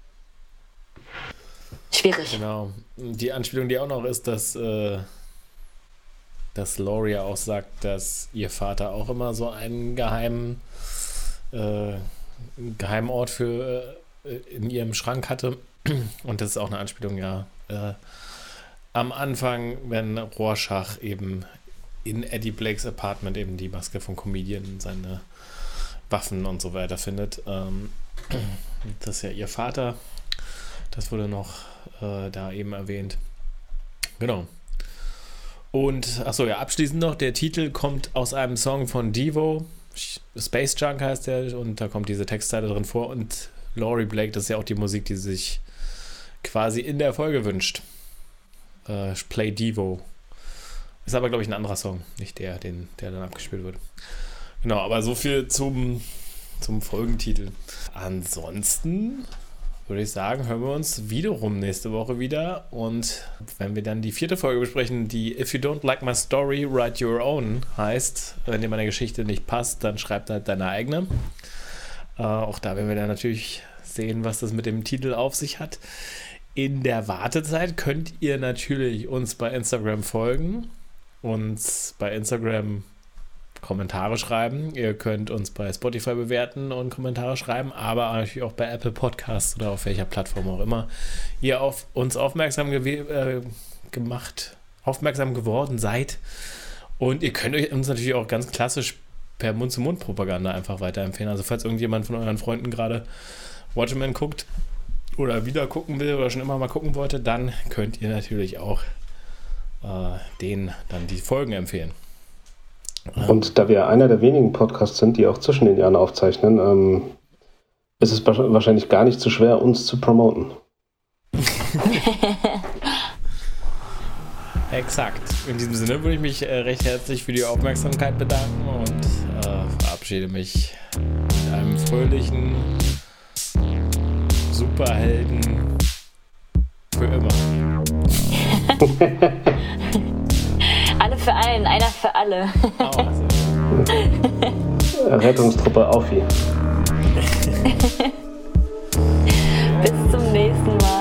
Speaker 3: Schwierig.
Speaker 1: Genau. Die Anspielung, die auch noch ist, dass, äh, dass Laurie auch sagt, dass ihr Vater auch immer so einen geheimen, äh, geheimen Ort für äh, in ihrem Schrank hatte. Und das ist auch eine Anspielung, ja. Äh, am Anfang, wenn Rorschach eben in Eddie Blakes Apartment eben die Maske vom Comedian, seine Waffen und so weiter findet. Ähm, das ist ja ihr Vater. Das wurde noch äh, da eben erwähnt. Genau. Und, achso, ja, abschließend noch, der Titel kommt aus einem Song von Devo, Space Junk heißt der, und da kommt diese Textzeile drin vor und Laurie Blake, das ist ja auch die Musik, die sie sich quasi in der Folge wünscht. Äh, Play Devo. Ist aber, glaube ich, ein anderer Song, nicht der, den, der dann abgespielt wird. Genau, aber so viel zum, zum Folgentitel. Ansonsten würde ich sagen, hören wir uns wiederum nächste Woche wieder. Und wenn wir dann die vierte Folge besprechen, die If You Don't Like My Story, Write Your Own heißt, wenn dir meine Geschichte nicht passt, dann schreib halt deine eigene. Äh, auch da werden wir dann natürlich sehen, was das mit dem Titel auf sich hat. In der Wartezeit könnt ihr natürlich uns bei Instagram folgen, uns bei Instagram Kommentare schreiben. Ihr könnt uns bei Spotify bewerten und Kommentare schreiben, aber natürlich auch bei Apple Podcasts oder auf welcher Plattform auch immer ihr auf uns aufmerksam gew- äh, gemacht, aufmerksam geworden seid. Und ihr könnt euch uns natürlich auch ganz klassisch per Mund-zu-Mund-Propaganda einfach weiterempfehlen. Also falls irgendjemand von euren Freunden gerade Watchmen guckt oder wieder gucken will oder schon immer mal gucken wollte, dann könnt ihr natürlich auch äh, denen dann die Folgen empfehlen.
Speaker 2: Und da wir einer der wenigen Podcasts sind, die auch zwischen den Jahren aufzeichnen, ähm, ist es wahrscheinlich gar nicht so schwer, uns zu promoten.
Speaker 1: Exakt. In diesem Sinne würde ich mich äh, recht herzlich für die Aufmerksamkeit bedanken und äh, verabschiede mich mit einem fröhlichen Superhelden für immer.
Speaker 3: Alle für einen, einer für alle.
Speaker 1: Oh, also.
Speaker 2: Rettungstruppe Aufi.
Speaker 3: Bis zum nächsten Mal.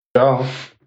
Speaker 2: Ciao.